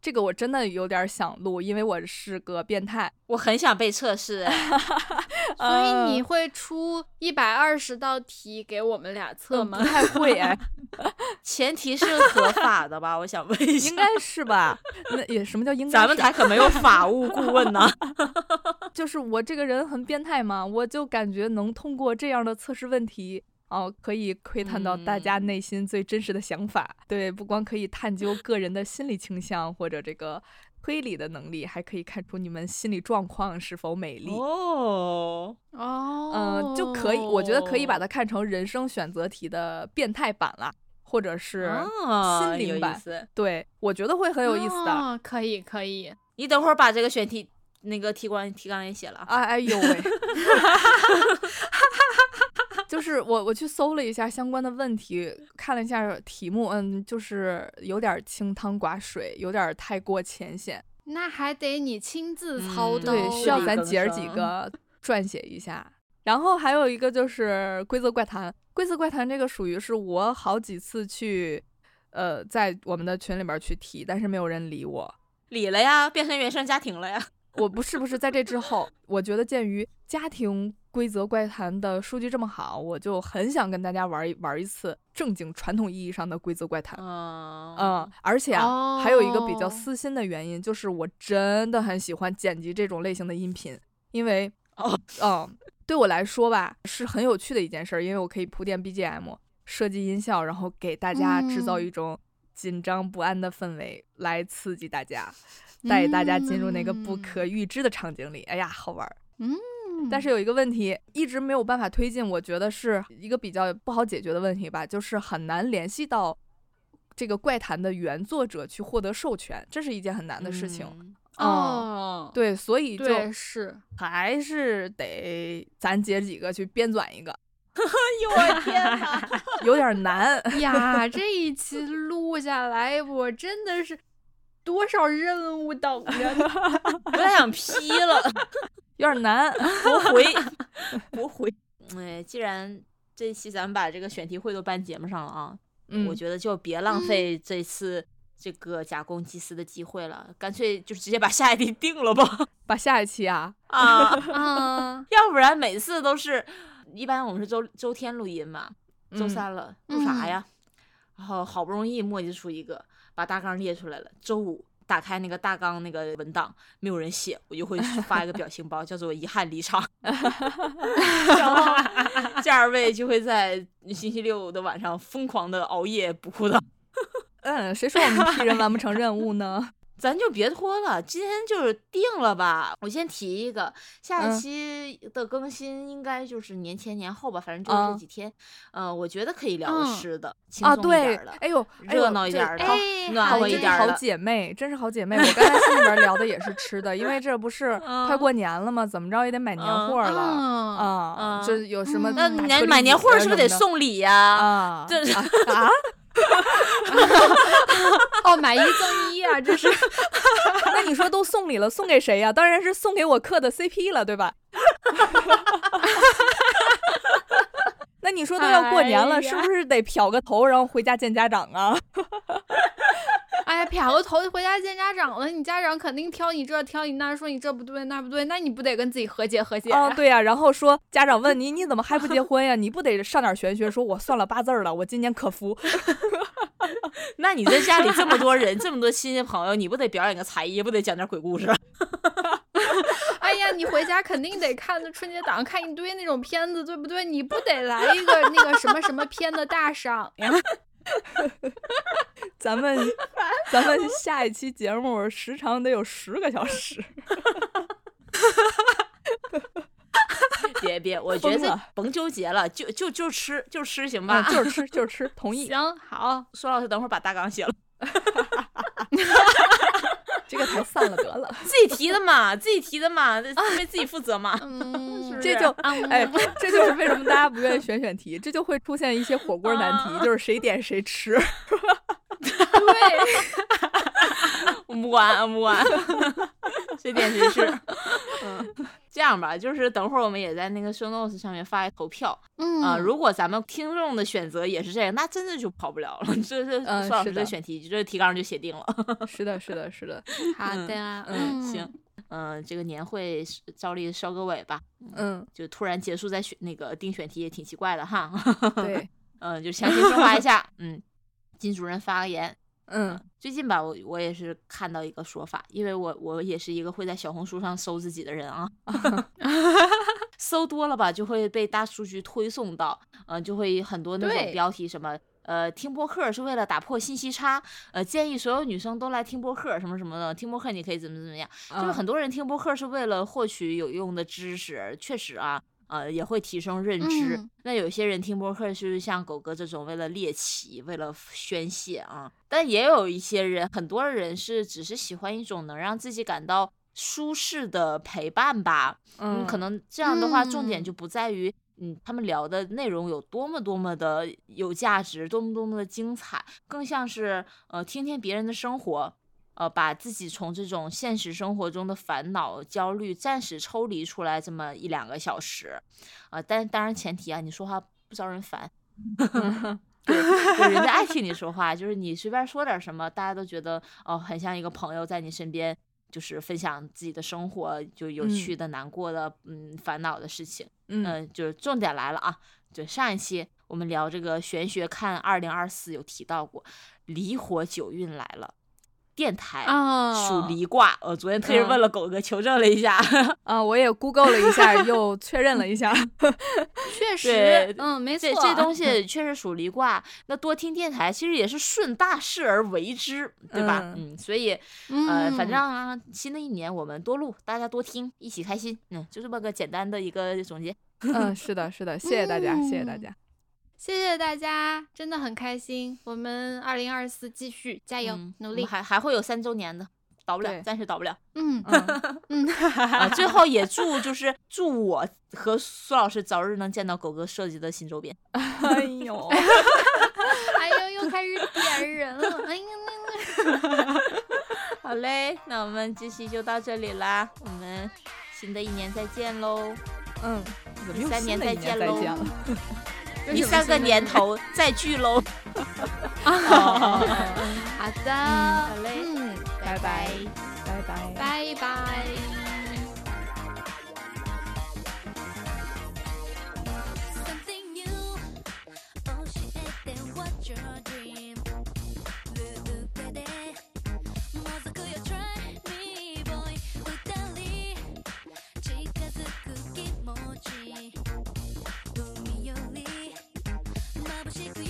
这个我真的有点想录，因为我是个变态。 我很想被测试所以你会出一百二十道题给我们俩测吗？ 不太会哎， 前提是合法的吧？我想问一下， 应该是吧？那也什么叫应该是？ 咱们台可没有法务顾问呢。 就是我这个人很变态嘛，我就感觉能通过这样的测试问题。哦，可以窥探到大家内心最真实的想法，嗯、对，不光可以探究个人的心理倾向或者这个推理的能力，还可以看出你们心理状况是否美丽。 哦哦， 嗯，就可以，我觉得可以把它看成人生选择题的变态版啦，或者是心灵版。 哦、 对，我觉得会很有意思的。 哦、可以，可以。 你等会儿把这个选题那个题光提纲也写了。 哎哎呦喂！就是我我去搜了一下相关的问题，看了一下题目，嗯，就是有点清汤寡水，有点太过浅显。 那还得你亲自操刀， 嗯、对，需要咱姐儿几个撰写一下。然后还有一个就是规则怪谈，规则怪谈这个属于是我好几次去，呃，在我们的群里边去提，但是没有人理我。 理了呀，变成原生家庭了呀。 我不是不是在这之后，我觉得鉴于家庭规则怪谈的数据这么好，我就很想跟大家玩一玩一次正经传统意义上的规则怪谈。 嗯嗯，而且啊、 哦， 还有一个比较私心的原因，就是我真的很喜欢剪辑这种类型的音频，因为哦， 嗯，对我来说吧，是很有趣的一件事，因为我可以铺垫 B G M， 设计音效，然后给大家制造一种紧张不安的氛围，嗯、来刺激大家。带大家进入那个不可预知的场景里，哎呀，好玩。 嗯， 但是有一个问题一直没有办法推进，我觉得是一个比较不好解决的问题吧，就是很难联系到这个怪谈的原作者去获得授权，这是一件很难的事情。 嗯嗯、 哦， 对，所以就是还是得咱姐几个去编纂一个。 呦我天哪， 有点难呀！这一期录下来，我真的是。多少任务等着呢？ 我有点想批了， 有点难， 驳回，驳回。哎，既然这一期咱们把这个选题会都搬节目上了啊， 嗯， 我觉得就别浪费这次这个假公济私的机会了，嗯、干脆就直接把下一题定了吧。 把下一期啊啊啊， 要不然每次都是，一般我们是周周天录音嘛，周三了、嗯、录啥呀？然后好不容易磨叽出一个。把大纲列出来了，周五打开那个大纲那个文档，没有人写，我就会发一个表情包，叫做遗憾离场。然后这二位就会在星期六的晚上疯狂的熬夜补裤裆。 嗯，谁说我们批人完不成任务呢？ 咱就别拖了，今天就是定了吧。我先提一个，下一期的更新应该就是年前年后吧，反正就是这几天。嗯、呃，我觉得可以聊个吃的，轻松一点的。 啊、哎呦， 热闹一点的， 哎、 暖和一点的。 好姐妹，真是好姐妹。我刚才心里边聊的也是吃的，因为这不是快过年了吗？怎么着也得买年货了啊！ 嗯嗯、这有什么？ 那年买年货是不是得送礼呀？ 啊， 这是啊。啊哦，买一赠一啊，这是。 那你说都送礼了，送给谁呀？当然是送给我磕的 C P 了，对吧？那你说都要过年了，哎、是不是得漂个头，然后回家见家长啊？ 哎呀，漂个头就回家见家长了，你家长肯定挑你这挑你那，说你这不对那不对，那你不得跟自己和解和解、啊？ 哦，对呀、啊，然后说家长问你你怎么还不结婚呀？你不得上点玄学，说我算了八字了，我今年可夫。 那你在家里这么多人，这么多亲戚朋友，你不得表演个才艺，不得讲点鬼故事？ 哎呀，你回家肯定得看春节档，看一堆那种片子，对不对？你不得来一个那个什么什么片的大赏呀？ 咱们咱们下一期节目时长得有十个小时。 别别，我觉得甭纠结了，就就就吃就吃行吧、 嗯，就是吃就是吃，同意。 行好， 苏老师等会儿把大纲写了。 这个台散了得了， 自己提的嘛，自己提的嘛，为自己负责嘛。 嗯， 是是这就哎，这就是为什么大家不愿意选选题，这就会出现一些火锅难题，啊、就是谁点谁吃。 对， 我不管，我不管，谁点谁吃。嗯， 这样吧，就是等会儿我们也在那个 show notes 上面发一投票， 嗯啊、呃，如果咱们听众的选择也是这样，那真的就跑不了了。这这嗯苏老师是的这选题，这提纲就写定了。 是的，是的，是的， 好的啊， 嗯，行，嗯、呃，这个年会照例收个尾吧。 嗯， 就突然结束在选那个定选题也挺奇怪的哈。 对， 嗯、呃，就强行升华一下。嗯，金主任发个言。 嗯， 最近吧，我我也是看到一个说法，因为我我也是一个会在小红书上搜自己的人啊，搜多了吧就会被大数据推送到，嗯、呃，就会很多那种对标题什么。呃，听播客是为了打破信息差，呃，建议所有女生都来听播客，什么什么的。听播客你可以怎么怎么样，就是很多人听播客是为了获取有用的知识，确实啊，呃，也会提升认知。 嗯、 那有些人听播客是像狗哥这种为了猎奇，为了宣泄啊，但也有一些人，很多人是只是喜欢一种能让自己感到舒适的陪伴吧。嗯，可能这样的话，重点就不在于。嗯，他们聊的内容有多么多么的有价值，多么多么的精彩，更像是呃听听别人的生活，呃把自己从这种现实生活中的烦恼焦虑暂时抽离出来这么一两个小时，啊、呃，但当然前提啊，你说话不招人烦。对，就人家爱听你说话，就是你随便说点什么，大家都觉得哦、呃，很像一个朋友在你身边，就是分享自己的生活，就有趣的、难过的、嗯烦恼的事情。嗯、呃，就是重点来了啊！对，上一期我们聊这个玄学看二零二四有提到过，离火九运来了。电台属离卦，我、哦、昨天特意问了狗哥求证了一下， 啊、呃，我也 Google 了一下，又确认了一下， 确实，嗯，没错， 这这东西确实属离卦。那多听电台其实也是顺大势而为之，对吧？嗯，嗯所以呃，反正啊，新的一年我们多录，大家多听，一起开心。嗯，就这么个简单的一个总结。 嗯，是的，是的，谢谢大家， 嗯、 谢谢大家。 谢谢大家，真的很开心。我们二零二四继续加油、 嗯、 努力， 还还会有三周年的，倒不了，暂时倒不了。 嗯嗯嗯啊，最后也祝就是祝我和苏老师早日能见到狗哥设计的新周边。 哎呦， 哎呦，又开始点人了。哎呀， 那好嘞，那我们这期就到这里啦，我们新的一年再见喽。 嗯， 第三年再见喽。 第三个年头再聚喽。 好的、 嗯，好嘞， 嗯， 拜拜，拜拜， 拜拜。近づく気持ち海より眩しく